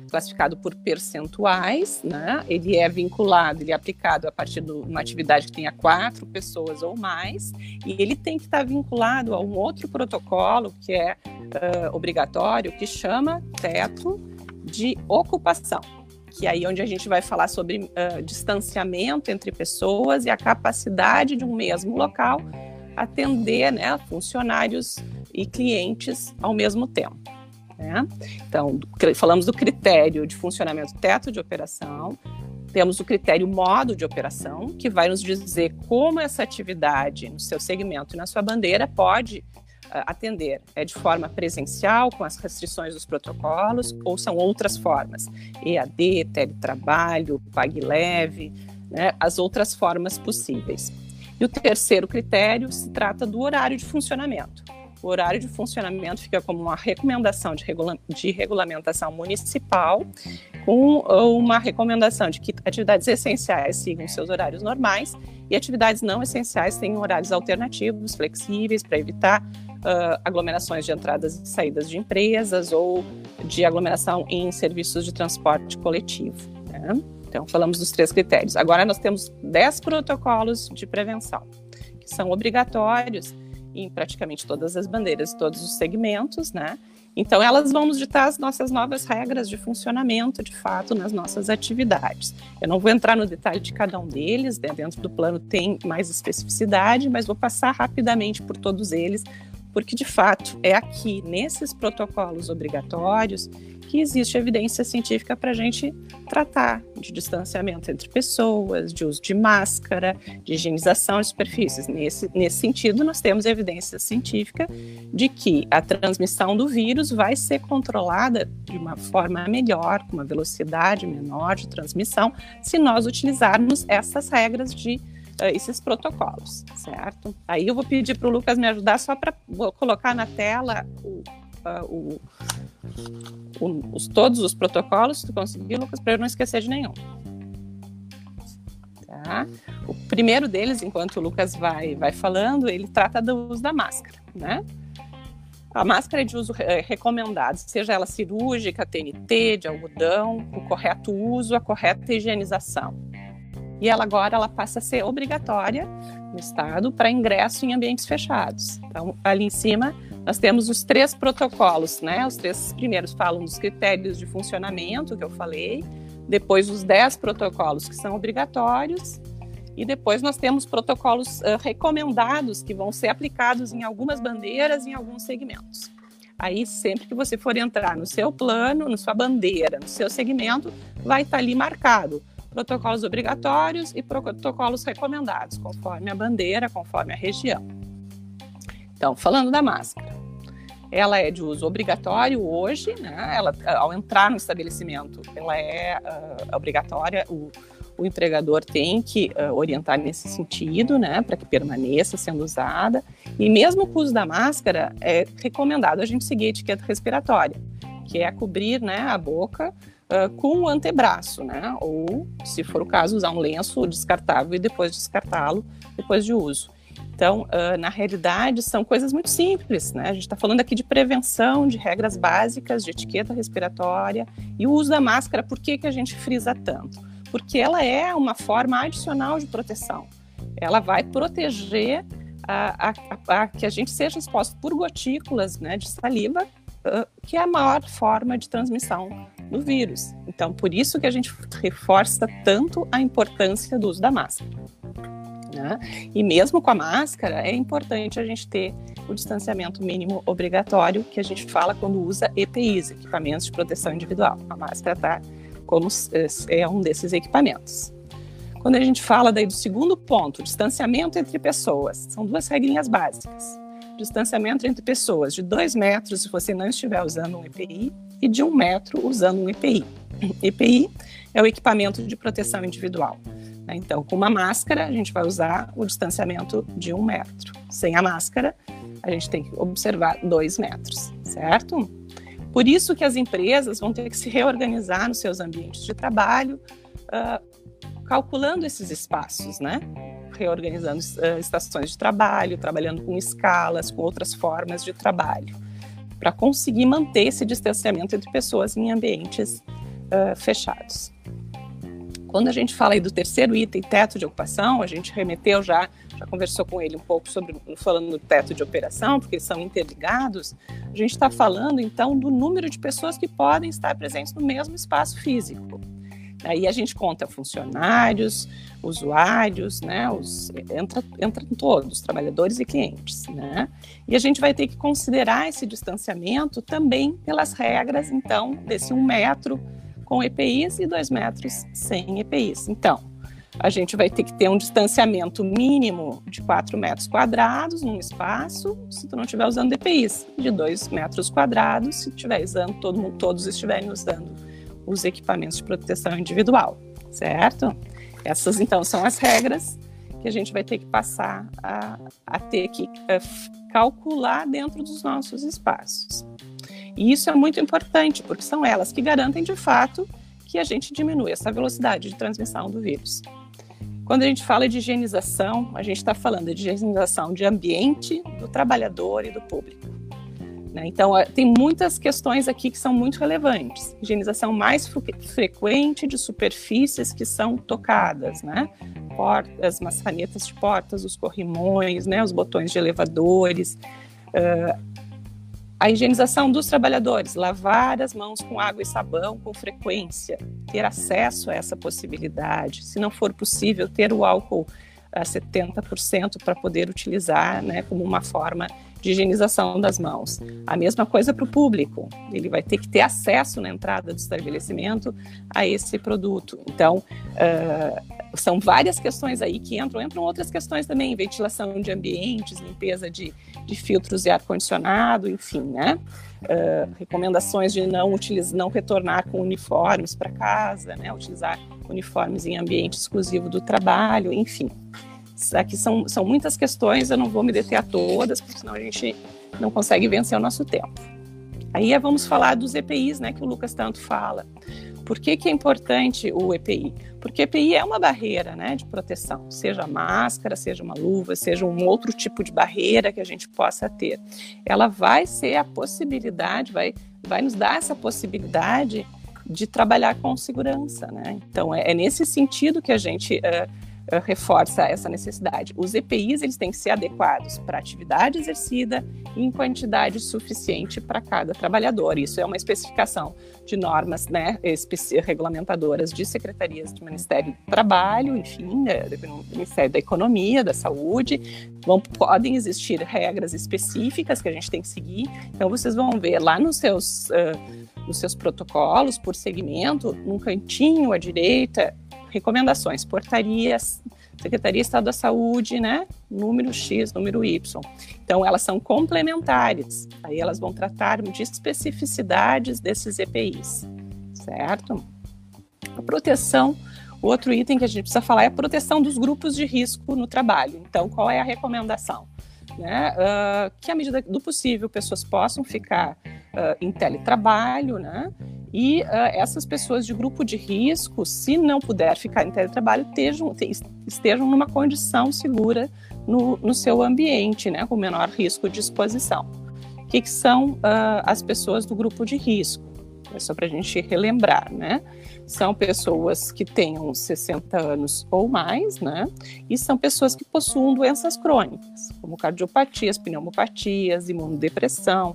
classificado por percentuais, né? Ele é vinculado, ele é aplicado a partir de uma atividade que tenha 4 pessoas ou mais, e ele tem que estar vinculado a um outro protocolo que é obrigatório, que chama teto de ocupação, que é aí onde a gente vai falar sobre distanciamento entre pessoas e a capacidade de um mesmo local atender, né, funcionários e clientes ao mesmo tempo. Né? Então, falamos do critério de funcionamento teto de operação, temos o critério modo de operação, que vai nos dizer como essa atividade no seu segmento e na sua bandeira pode atender. É de forma presencial, com as restrições dos protocolos, ou são outras formas? EAD, teletrabalho, PagLeve, né? As outras formas possíveis. E o terceiro critério se trata do horário de funcionamento. O horário de funcionamento fica como uma recomendação de regulamentação municipal, com uma recomendação de que atividades essenciais sigam seus horários normais e atividades não essenciais tenham horários alternativos, flexíveis, para evitar aglomerações de entradas e saídas de empresas ou de aglomeração em serviços de transporte coletivo. Né? Então, falamos dos 3 critérios. Agora, nós temos 10 protocolos de prevenção, que são obrigatórios em praticamente todas as bandeiras e todos os segmentos, né? Então, elas vão nos ditar as nossas novas regras de funcionamento, de fato, nas nossas atividades. Eu não vou entrar no detalhe de cada um deles, né? Dentro do plano tem mais especificidade, mas vou passar rapidamente por todos eles, porque, de fato, é aqui, nesses protocolos obrigatórios, que existe evidência científica para a gente tratar de distanciamento entre pessoas, de uso de máscara, de higienização de superfícies. Nesse sentido, nós temos evidência científica de que a transmissão do vírus vai ser controlada de uma forma melhor, com uma velocidade menor de transmissão, se nós utilizarmos essas regras de esses protocolos, certo? Aí eu vou pedir para o Lucas me ajudar só para colocar na tela todos os protocolos, se tu conseguir, Lucas, para eu não esquecer de nenhum. Tá? O primeiro deles, enquanto o Lucas vai falando, ele trata do uso da máscara, né? A máscara é de uso recomendado, seja ela cirúrgica, TNT, de algodão, o correto uso, a correta higienização. E agora ela passa a ser obrigatória no estado para ingresso em ambientes fechados. Então, ali em cima, nós temos os 3 protocolos, né? Os 3 primeiros falam dos critérios de funcionamento, que eu falei, depois os 10 protocolos que são obrigatórios, e depois nós temos protocolos recomendados, que vão ser aplicados em algumas bandeiras e em alguns segmentos. Aí, sempre que você for entrar no seu plano, na sua bandeira, no seu segmento, vai estar ali marcado protocolos obrigatórios e protocolos recomendados, conforme a bandeira, conforme a região. Então, falando da máscara, ela é de uso obrigatório hoje, né? Ela, ao entrar no estabelecimento, ela é obrigatória, o empregador tem que orientar nesse sentido, né, para que permaneça sendo usada, e mesmo com o uso da máscara, é recomendado a gente seguir a etiqueta respiratória, que é cobrir, né, a boca com o antebraço, né? Ou, se for o caso, usar um lenço descartável e depois descartá-lo depois de uso. Então, na realidade, são coisas muito simples, né? A gente está falando aqui de prevenção, de regras básicas, de etiqueta respiratória e o uso da máscara. Por que a gente frisa tanto? Porque ela é uma forma adicional de proteção. Ela vai proteger a que a gente seja exposto por gotículas, né, de saliva, que é a maior forma de transmissão do vírus. Então, por isso que a gente reforça tanto a importância do uso da máscara. Né? E mesmo com a máscara, é importante a gente ter o distanciamento mínimo obrigatório, que a gente fala quando usa EPIs, equipamentos de proteção individual. A máscara é um desses equipamentos. Quando a gente fala daí do segundo ponto, distanciamento entre pessoas, são 2 regrinhas básicas. Distanciamento entre pessoas de 2 metros se você não estiver usando um EPI e de 1 metro usando um EPI. EPI é o equipamento de proteção individual. Então, com uma máscara, a gente vai usar o distanciamento de 1 metro. Sem a máscara, a gente tem que observar 2 metros, certo? Por isso que as empresas vão ter que se reorganizar nos seus ambientes de trabalho, calculando esses espaços, né? Reorganizando estações de trabalho, trabalhando com escalas, com outras formas de trabalho, para conseguir manter esse distanciamento entre pessoas em ambientes fechados. Quando a gente fala aí do terceiro item, teto de ocupação, a gente remeteu já conversou com ele um pouco falando do teto de operação, porque eles são interligados. A gente está falando, então, do número de pessoas que podem estar presentes no mesmo espaço físico. Aí a gente conta funcionários, usuários, né, entram todos, trabalhadores e clientes, né? E a gente vai ter que considerar esse distanciamento também pelas regras, então, desse 1 metro com EPIs e 2 metros sem EPIs. Então, a gente vai ter que ter um distanciamento mínimo de 4 metros quadrados num espaço, se tu não estiver usando EPIs, de 2 metros quadrados, se estiver usando, todos estiverem usando os equipamentos de proteção individual, certo? Essas, então, são as regras que a gente vai ter que passar a ter que calcular dentro dos nossos espaços. E isso é muito importante, porque são elas que garantem, de fato, que a gente diminui essa velocidade de transmissão do vírus. Quando a gente fala de higienização, a gente está falando de higienização de ambiente, do trabalhador e do público. Né? Então, tem muitas questões aqui que são muito relevantes. Higienização mais frequente de superfícies que são tocadas, né? Portas, maçanetas de portas, os corrimões, né? Os botões de elevadores. A higienização dos trabalhadores, lavar as mãos com água e sabão com frequência, ter acesso a essa possibilidade. Se não for possível, ter o álcool a 70% para poder utilizar, né, como uma forma de higienização das mãos. A mesma coisa para o público, ele vai ter que ter acesso na entrada do estabelecimento a esse produto. Então, são várias questões aí que entram outras questões também, ventilação de ambientes, limpeza de filtros e ar-condicionado, enfim, né? Recomendações de não retornar com uniformes para casa, né? Utilizar uniformes em ambiente exclusivo do trabalho, enfim. Aqui são muitas questões, eu não vou me deter a todas, porque senão a gente não consegue vencer o nosso tempo. Aí vamos falar dos EPIs, né, que o Lucas tanto fala. Por que é importante o EPI? Porque EPI é uma barreira, né, de proteção, seja máscara, seja uma luva, seja um outro tipo de barreira que a gente possa ter. Ela vai ser a possibilidade, vai nos dar essa possibilidade de trabalhar com segurança, né? Então, é nesse sentido que a gente reforça essa necessidade. Os EPIs, eles têm que ser adequados para a atividade exercida e em quantidade suficiente para cada trabalhador. Isso é uma especificação de normas, né, regulamentadoras de secretarias do Ministério do Trabalho, enfim, do Ministério da Economia, da Saúde. Podem existir regras específicas que a gente tem que seguir. Então, vocês vão ver lá nos seus protocolos, por segmento, num cantinho à direita, recomendações, portarias, Secretaria de Estado da Saúde, né? Número X, número Y. Então, elas são complementares. Aí elas vão tratar de especificidades desses EPIs, certo? A proteção, o outro item que a gente precisa falar é a proteção dos grupos de risco no trabalho. Então, qual é a recomendação? Né? Que, à medida do possível, pessoas possam ficar em teletrabalho, né? E essas pessoas de grupo de risco, se não puder ficar em teletrabalho, estejam numa condição segura no seu ambiente, né, com menor risco de exposição. O que são as pessoas do grupo de risco? É só para a gente relembrar, né? São pessoas que tenham 60 anos ou mais, né? E são pessoas que possuem doenças crônicas, como cardiopatias, pneumopatias, imunodepressão,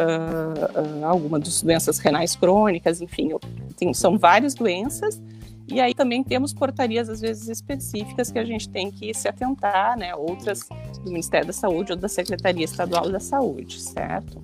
algumas das doenças renais crônicas, enfim, são várias doenças. E aí também temos portarias, às vezes, específicas que a gente tem que se atentar, né? Outras do Ministério da Saúde ou da Secretaria Estadual da Saúde, certo?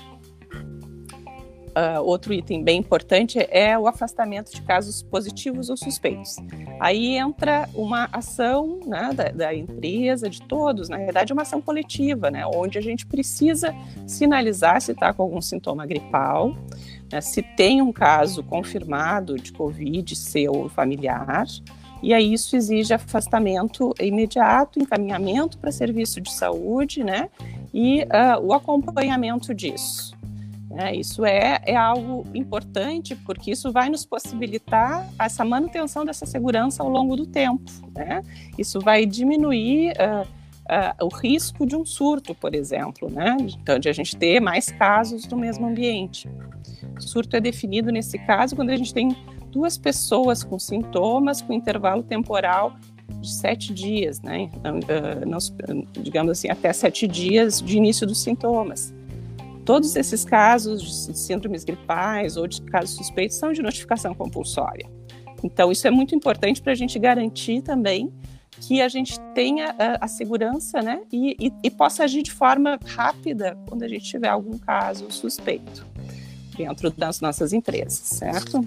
Outro item bem importante é o afastamento de casos positivos ou suspeitos. Aí entra uma ação, né, da empresa, de todos, na verdade é uma ação coletiva, né, onde a gente precisa sinalizar se está com algum sintoma gripal, né, se tem um caso confirmado de Covid, seu familiar, e aí isso exige afastamento imediato, encaminhamento para serviço de saúde, né, e o acompanhamento disso. Isso é algo importante, porque isso vai nos possibilitar essa manutenção dessa segurança ao longo do tempo, né? Isso vai diminuir o risco de um surto, por exemplo, né? Então, de a gente ter mais casos no mesmo ambiente. O surto é definido, nesse caso, quando a gente tem 2 pessoas com sintomas com intervalo temporal de 7 dias, né? Digamos assim, até 7 dias de início dos sintomas. Todos esses casos de síndromes gripais ou de casos suspeitos são de notificação compulsória. Então, isso é muito importante para a gente garantir também que a gente tenha a segurança, né, e possa agir de forma rápida quando a gente tiver algum caso suspeito dentro das nossas empresas, certo?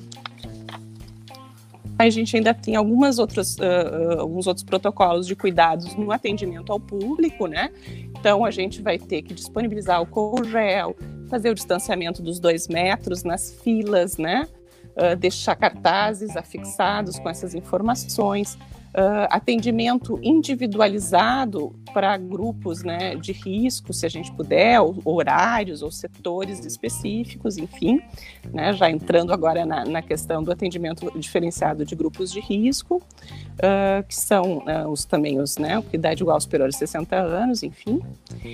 A gente ainda tem alguns outros protocolos de cuidados no atendimento ao público, né? Então, a gente vai ter que disponibilizar álcool gel, fazer o distanciamento dos 2 metros nas filas, né? Deixar cartazes afixados com essas informações, atendimento individualizado para grupos, né, de risco, se a gente puder, ou horários ou setores específicos, enfim, né, já entrando agora na questão do atendimento diferenciado de grupos de risco, que são né, idade igual ou superior a 60 anos, enfim.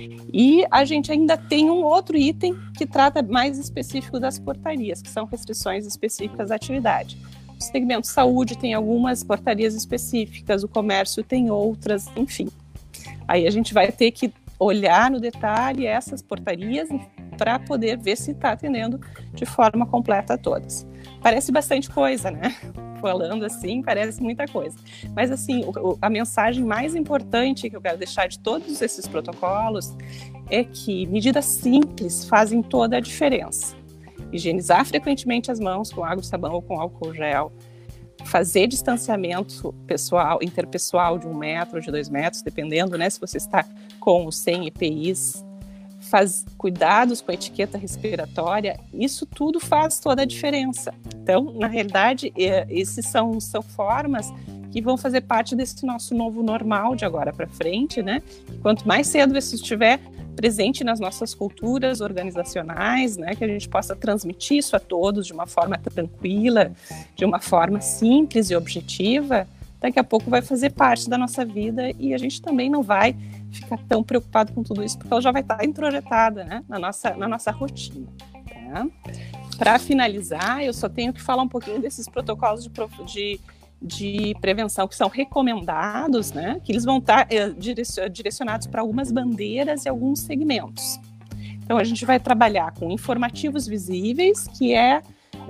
E a gente ainda tem um outro item que trata mais específico das portarias, que são restrições específicas à atividade. O segmento saúde tem algumas portarias específicas, o comércio tem outras, enfim. Aí a gente vai ter que olhar no detalhe essas portarias para poder ver se está atendendo de forma completa a todas. Parece bastante coisa, né? Falando assim, parece muita coisa. Mas, assim, a mensagem mais importante que eu quero deixar de todos esses protocolos é que medidas simples fazem toda a diferença. Higienizar frequentemente as mãos com água e sabão ou com álcool gel, fazer distanciamento interpessoal de 1 metro ou de 2 metros, dependendo, né, se você está com ou sem EPIs, cuidados com a etiqueta respiratória, isso tudo faz toda a diferença. Então, na realidade, esses são formas que vão fazer parte desse nosso novo normal de agora para frente, né? Quanto mais cedo isso estiver presente nas nossas culturas organizacionais, né, que a gente possa transmitir isso a todos de uma forma tranquila, de uma forma simples e objetiva, daqui a pouco vai fazer parte da nossa vida e a gente também não vai ficar tão preocupado com tudo isso, porque ela já vai estar introjetada, né, na nossa rotina. Tá? Para finalizar, eu só tenho que falar um pouquinho desses protocolos de prevenção que são recomendados, né, que eles vão estar direcionados para algumas bandeiras e alguns segmentos. Então, a gente vai trabalhar com informativos visíveis, que é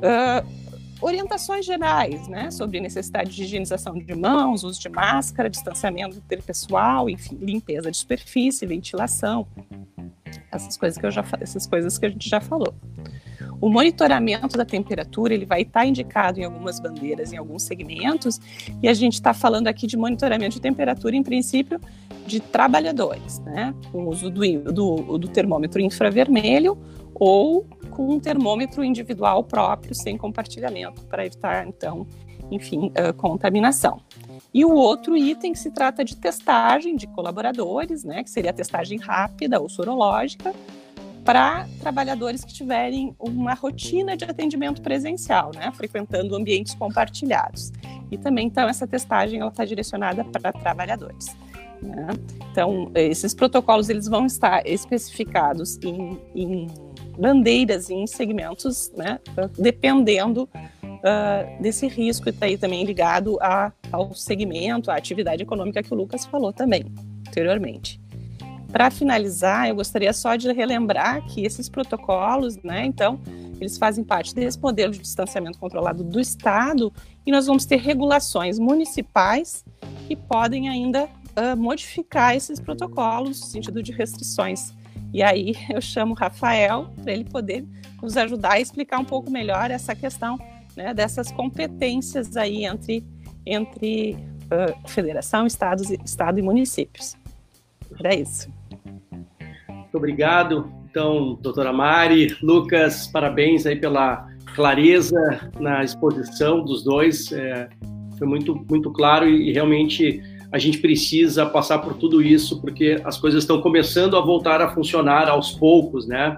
orientações gerais, né, sobre necessidade de higienização de mãos, uso de máscara, distanciamento interpessoal, enfim, limpeza de superfície, ventilação, essas coisas que a gente já falou. O monitoramento da temperatura, ele vai estar indicado em algumas bandeiras, em alguns segmentos, e a gente está falando aqui de monitoramento de temperatura, em princípio, de trabalhadores, né? Com o uso do termômetro infravermelho ou com um termômetro individual próprio, sem compartilhamento, para evitar, então, enfim, contaminação. E o outro item que se trata de testagem de colaboradores, né? Que seria a testagem rápida ou sorológica, para trabalhadores que tiverem uma rotina de atendimento presencial, né, frequentando ambientes compartilhados. E também, então, essa testagem está direcionada para trabalhadores. Né? Então, esses protocolos eles vão estar especificados em bandeiras e em segmentos, né, dependendo desse risco, e está aí também ligado ao segmento, à atividade econômica que o Lucas falou também anteriormente. Para finalizar, eu gostaria só de relembrar que esses protocolos, né, então, eles fazem parte desse modelo de distanciamento controlado do Estado e nós vamos ter regulações municipais que podem ainda modificar esses protocolos no sentido de restrições. E aí eu chamo o Rafael para ele poder nos ajudar a explicar um pouco melhor essa questão, né, dessas competências aí entre federação, estado e municípios. Era isso. Muito obrigado. Então, doutora Mari, Lucas, parabéns aí pela clareza na exposição dos dois. Foi muito, muito claro e realmente a gente precisa passar por tudo isso porque as coisas estão começando a voltar a funcionar aos poucos, né?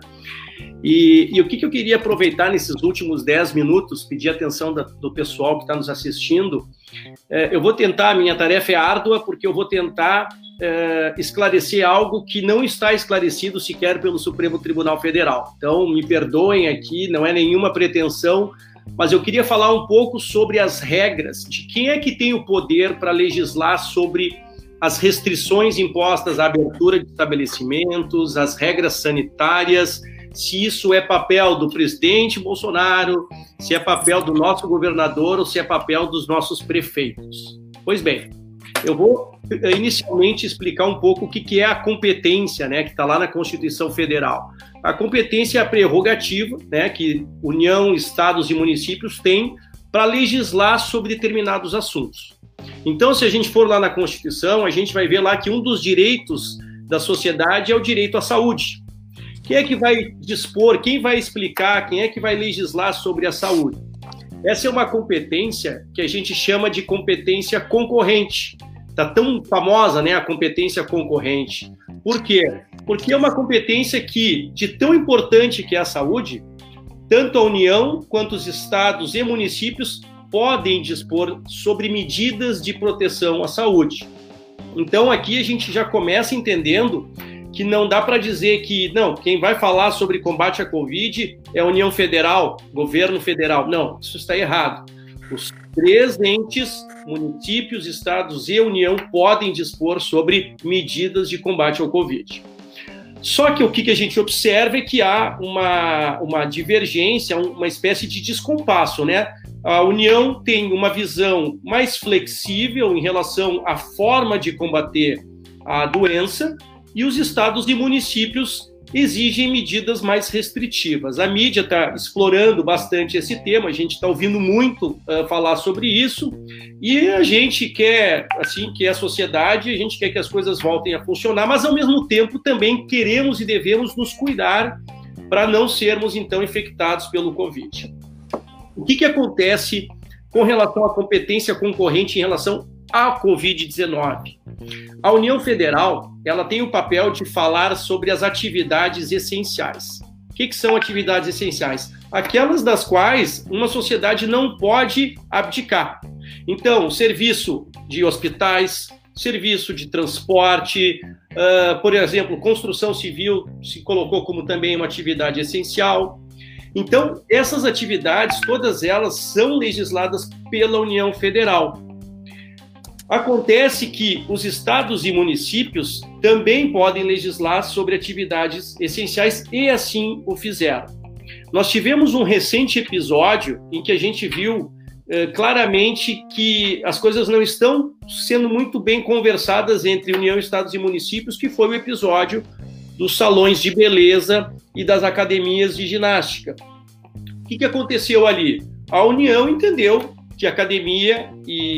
E o que eu queria aproveitar nesses últimos 10 minutos, pedir a atenção do pessoal que está nos assistindo. Eu vou tentar, a minha tarefa é árdua, porque eu vou tentar esclarecer algo que não está esclarecido sequer pelo Supremo Tribunal Federal. Então, me perdoem aqui, não é nenhuma pretensão, mas eu queria falar um pouco sobre as regras, de quem é que tem o poder para legislar sobre as restrições impostas à abertura de estabelecimentos, as regras sanitárias, se isso é papel do presidente Bolsonaro, se é papel do nosso governador ou se é papel dos nossos prefeitos. Pois bem, eu vou inicialmente explicar um pouco o que é a competência, né, que está lá na Constituição Federal. A competência é a prerrogativa, né, que União, Estados e municípios têm para legislar sobre determinados assuntos. Então, se a gente for lá na Constituição, a gente vai ver lá que um dos direitos da sociedade é o direito à saúde. Quem é que vai dispor, quem vai explicar, quem é que vai legislar sobre a saúde? Essa é uma competência que a gente chama de competência concorrente. Está tão famosa, né, a competência concorrente. Por quê? Porque é uma competência que, de tão importante que é a saúde, tanto a União quanto os estados e municípios podem dispor sobre medidas de proteção à saúde. Então, aqui a gente já começa entendendo que não dá para dizer que, não, quem vai falar sobre combate à Covid é a União Federal, governo federal. Não, isso está errado. Os três entes, municípios, estados e União, podem dispor sobre medidas de combate ao Covid. Só que o que a gente observa é que há uma divergência, uma espécie de descompasso, né? A União tem uma visão mais flexível em relação à forma de combater a doença e os estados e municípios exigem medidas mais restritivas. A mídia está explorando bastante esse tema, a gente está ouvindo muito falar sobre isso, e a gente quer, assim, que a sociedade, a gente quer que as coisas voltem a funcionar, mas ao mesmo tempo também queremos e devemos nos cuidar para não sermos, então, infectados pelo Covid. O que acontece com relação à competência concorrente em relação à Covid-19? A União Federal, ela tem o papel de falar sobre as atividades essenciais. O que são atividades essenciais? Aquelas das quais uma sociedade não pode abdicar. Então, serviço de hospitais, serviço de transporte, por exemplo, construção civil se colocou como também uma atividade essencial. Então, essas atividades, todas elas são legisladas pela União Federal. Acontece que os estados e municípios também podem legislar sobre atividades essenciais e assim o fizeram. Nós tivemos um recente episódio em que a gente viu claramente que as coisas não estão sendo muito bem conversadas entre União, estados e municípios, que foi o episódio dos salões de beleza e das academias de ginástica. O que aconteceu ali? A União entendeu que academia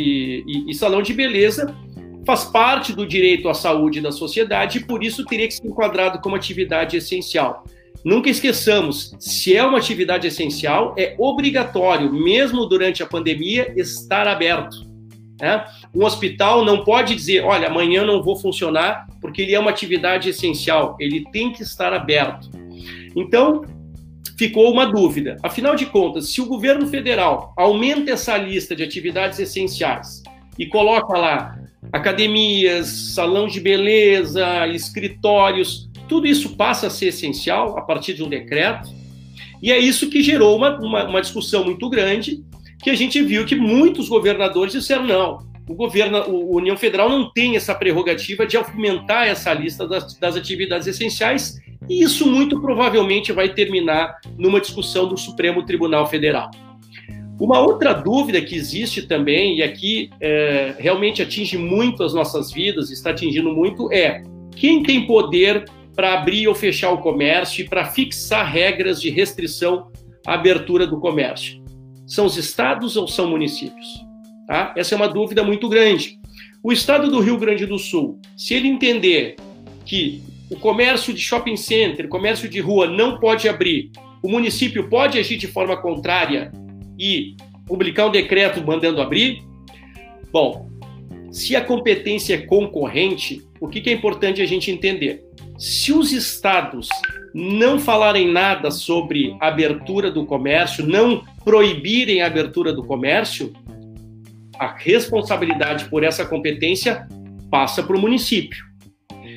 e salão de beleza faz parte do direito à saúde da sociedade e, por isso, teria que ser enquadrado como atividade essencial. Nunca esqueçamos, se é uma atividade essencial, é obrigatório, mesmo durante a pandemia, estar aberto. Né? Um hospital não pode dizer, olha, amanhã não vou funcionar, porque ele é uma atividade essencial, ele tem que estar aberto. Então, ficou uma dúvida. Afinal de contas, se o governo federal aumenta essa lista de atividades essenciais e coloca lá academias, salão de beleza, escritórios, tudo isso passa a ser essencial a partir de um decreto, e é isso que gerou uma discussão muito grande, que a gente viu que muitos governadores disseram, não, a União Federal não tem essa prerrogativa de aumentar essa lista das atividades essenciais, e isso muito provavelmente vai terminar numa discussão do Supremo Tribunal Federal. Uma outra dúvida que existe também, e aqui realmente atinge muito as nossas vidas, está atingindo muito, é quem tem poder para abrir ou fechar o comércio e para fixar regras de restrição à abertura do comércio. São os estados ou são municípios? Tá? Essa é uma dúvida muito grande. O estado do Rio Grande do Sul, se ele entender que o comércio de shopping center, comércio de rua não pode abrir, o município pode agir de forma contrária e publicar um decreto mandando abrir? Bom, se a competência é concorrente, o que é importante a gente entender? Se os estados não falarem nada sobre a abertura do comércio, não proibirem a abertura do comércio, a responsabilidade por essa competência passa para o município.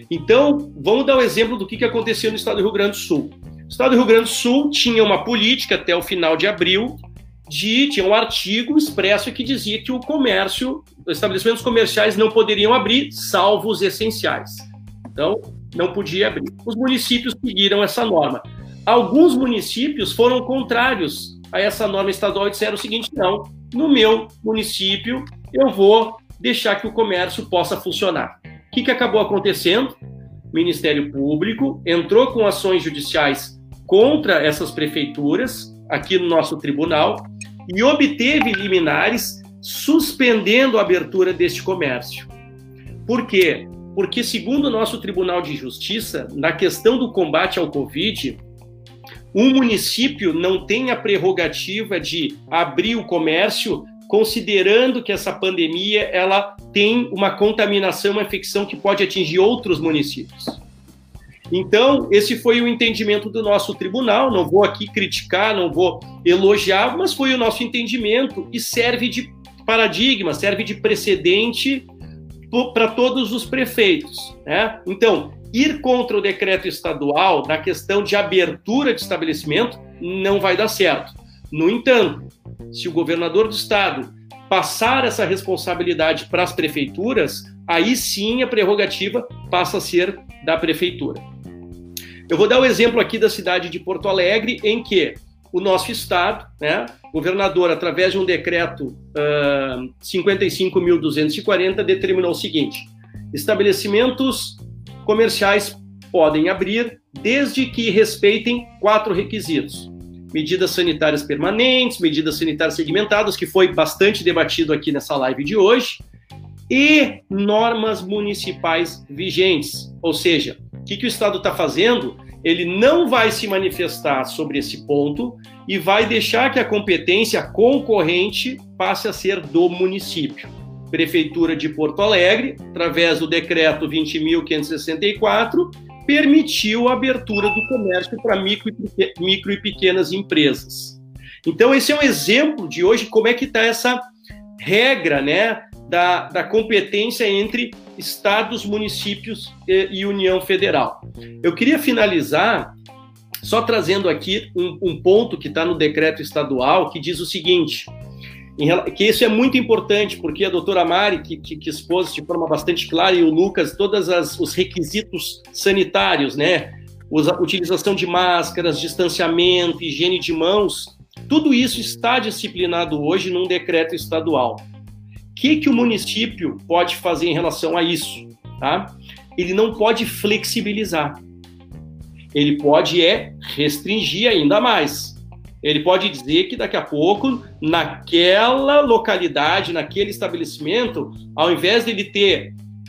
Então, vamos dar o exemplo do que aconteceu no estado do Rio Grande do Sul. O estado do Rio Grande do Sul tinha uma política até o final de abril, tinha um artigo expresso que dizia que os estabelecimentos comerciais não poderiam abrir, salvo os essenciais. Então, não podia abrir. Os municípios seguiram essa norma. Alguns municípios foram contrários a essa norma estadual e disseram o seguinte: não, no meu município eu vou deixar que o comércio possa funcionar. O que acabou acontecendo? O Ministério Público entrou com ações judiciais contra essas prefeituras, aqui no nosso tribunal, e obteve liminares suspendendo a abertura deste comércio. Por quê? Porque, segundo o nosso Tribunal de Justiça, na questão do combate ao Covid, um município não tem a prerrogativa de abrir o comércio considerando que essa pandemia ela tem uma contaminação, uma infecção que pode atingir outros municípios. Então, esse foi o entendimento do nosso tribunal. Não vou aqui criticar, não vou elogiar, mas foi o nosso entendimento e serve de paradigma, serve de precedente para todos os prefeitos, né? Então, ir contra o decreto estadual na questão de abertura de estabelecimento não vai dar certo. No entanto, se o governador do estado passar essa responsabilidade para as prefeituras, aí sim a prerrogativa passa a ser da prefeitura. Eu vou dar o exemplo aqui da cidade de Porto Alegre, em que o nosso estado, né, o governador, através de um decreto 55.240, determinou o seguinte: estabelecimentos comerciais podem abrir desde que respeitem 4 requisitos. Medidas sanitárias permanentes, medidas sanitárias segmentadas, que foi bastante debatido aqui nessa live de hoje, e normas municipais vigentes. Ou seja, o que o Estado está fazendo? Ele não vai se manifestar sobre esse ponto e vai deixar que a competência concorrente passe a ser do município. Prefeitura de Porto Alegre, através do decreto 20.564, permitiu a abertura do comércio para micro e pequenas empresas. Então, esse é um exemplo de hoje como é que está essa regra, né, da competência entre estados, municípios e União Federal. Eu queria finalizar só trazendo aqui um ponto que está no decreto estadual, que diz o seguinte, que isso é muito importante, porque a doutora Mari, que expôs de forma bastante clara, e o Lucas, todos os requisitos sanitários, né? Utilização de máscaras, distanciamento, higiene de mãos, tudo isso está disciplinado hoje num decreto estadual. O que o município pode fazer em relação a isso? Tá? Ele não pode flexibilizar. Ele pode restringir ainda mais. Ele pode dizer que daqui a pouco, naquela localidade, naquele estabelecimento, ao invés de ele ter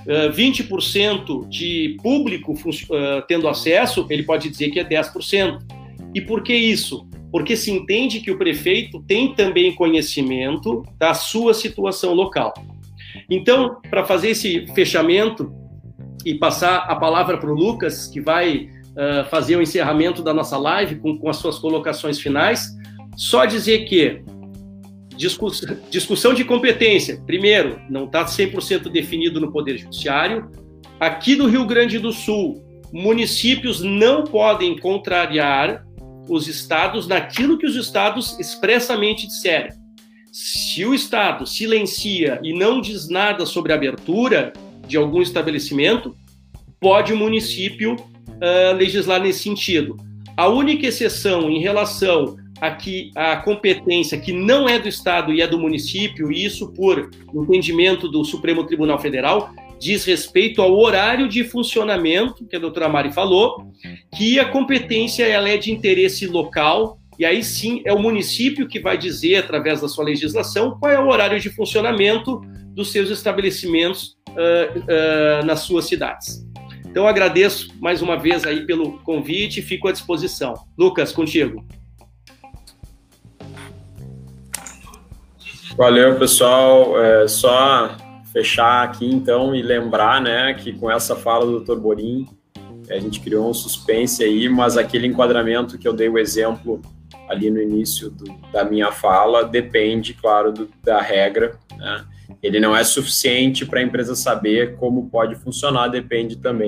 20% de público tendo acesso, ele pode dizer que é 10%. E por que isso? Porque se entende que o prefeito tem também conhecimento da sua situação local. Então, para fazer esse fechamento e passar a palavra para o Lucas, que vai fazer o encerramento da nossa live com as suas colocações finais, só dizer que discussão de competência, primeiro, não está 100% definido no Poder Judiciário. Aqui no Rio Grande do Sul, municípios não podem contrariar os estados naquilo que os estados expressamente disserem. Se o estado silencia e não diz nada sobre a abertura de algum estabelecimento, pode o município legislar nesse sentido. A única exceção em relação a competência que não é do estado e é do município, e isso por entendimento do Supremo Tribunal Federal, diz respeito ao horário de funcionamento, que a doutora Mari falou, que a competência ela é de interesse local, e aí sim é o município que vai dizer, através da sua legislação, qual é o horário de funcionamento dos seus estabelecimentos nas suas cidades. Então, agradeço mais uma vez aí pelo convite e fico à disposição. Lucas, contigo. Valeu, pessoal. Só fechar aqui, então, e lembrar, né, que com essa fala do Dr. Borim, a gente criou um suspense aí, mas aquele enquadramento que eu dei o exemplo ali no início da minha fala depende, claro, da regra, né? Ele não é suficiente para a empresa saber como pode funcionar, depende também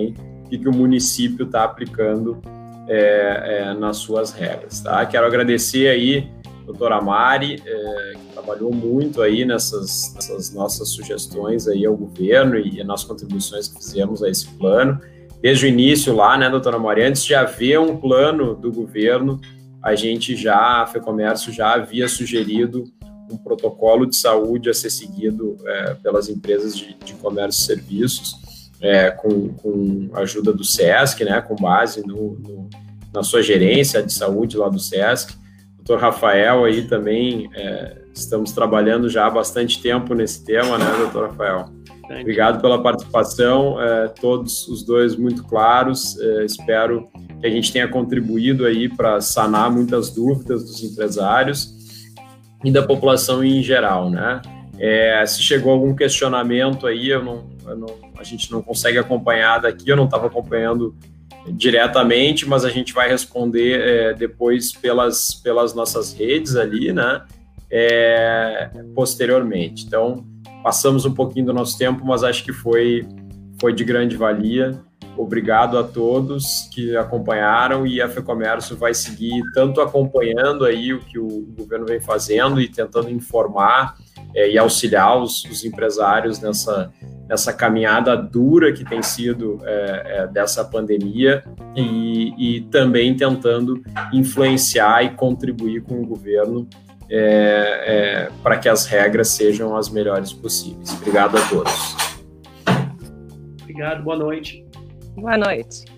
que o município está aplicando nas suas regras, tá? Quero agradecer aí a doutora Mari, que trabalhou muito aí nessas nossas sugestões aí ao governo e nas contribuições que fizemos a esse plano. Desde o início lá, né, doutora Mari, antes de haver um plano do governo, a FEComércio já havia sugerido um protocolo de saúde a ser seguido pelas empresas de comércio e serviços, com a ajuda do SESC, né, com base na sua gerência de saúde lá do SESC. Doutor Rafael aí também, estamos trabalhando já há bastante tempo nesse tema, né, doutor Rafael? Obrigado pela participação, todos os dois muito claros, espero que a gente tenha contribuído aí para sanar muitas dúvidas dos empresários e da população em geral, né? Se chegou algum questionamento aí, a gente não consegue acompanhar daqui, eu não estava acompanhando diretamente, mas a gente vai responder depois pelas nossas redes ali, né? Posteriormente. Então, passamos um pouquinho do nosso tempo, mas acho que foi de grande valia. Obrigado a todos que acompanharam, e a FEComércio vai seguir tanto acompanhando aí o que o governo vem fazendo e tentando informar e auxiliar os empresários nessa caminhada dura que tem sido dessa pandemia, e também tentando influenciar e contribuir com o governo para que as regras sejam as melhores possíveis. Obrigado a todos. Obrigado, boa noite. Boa noite.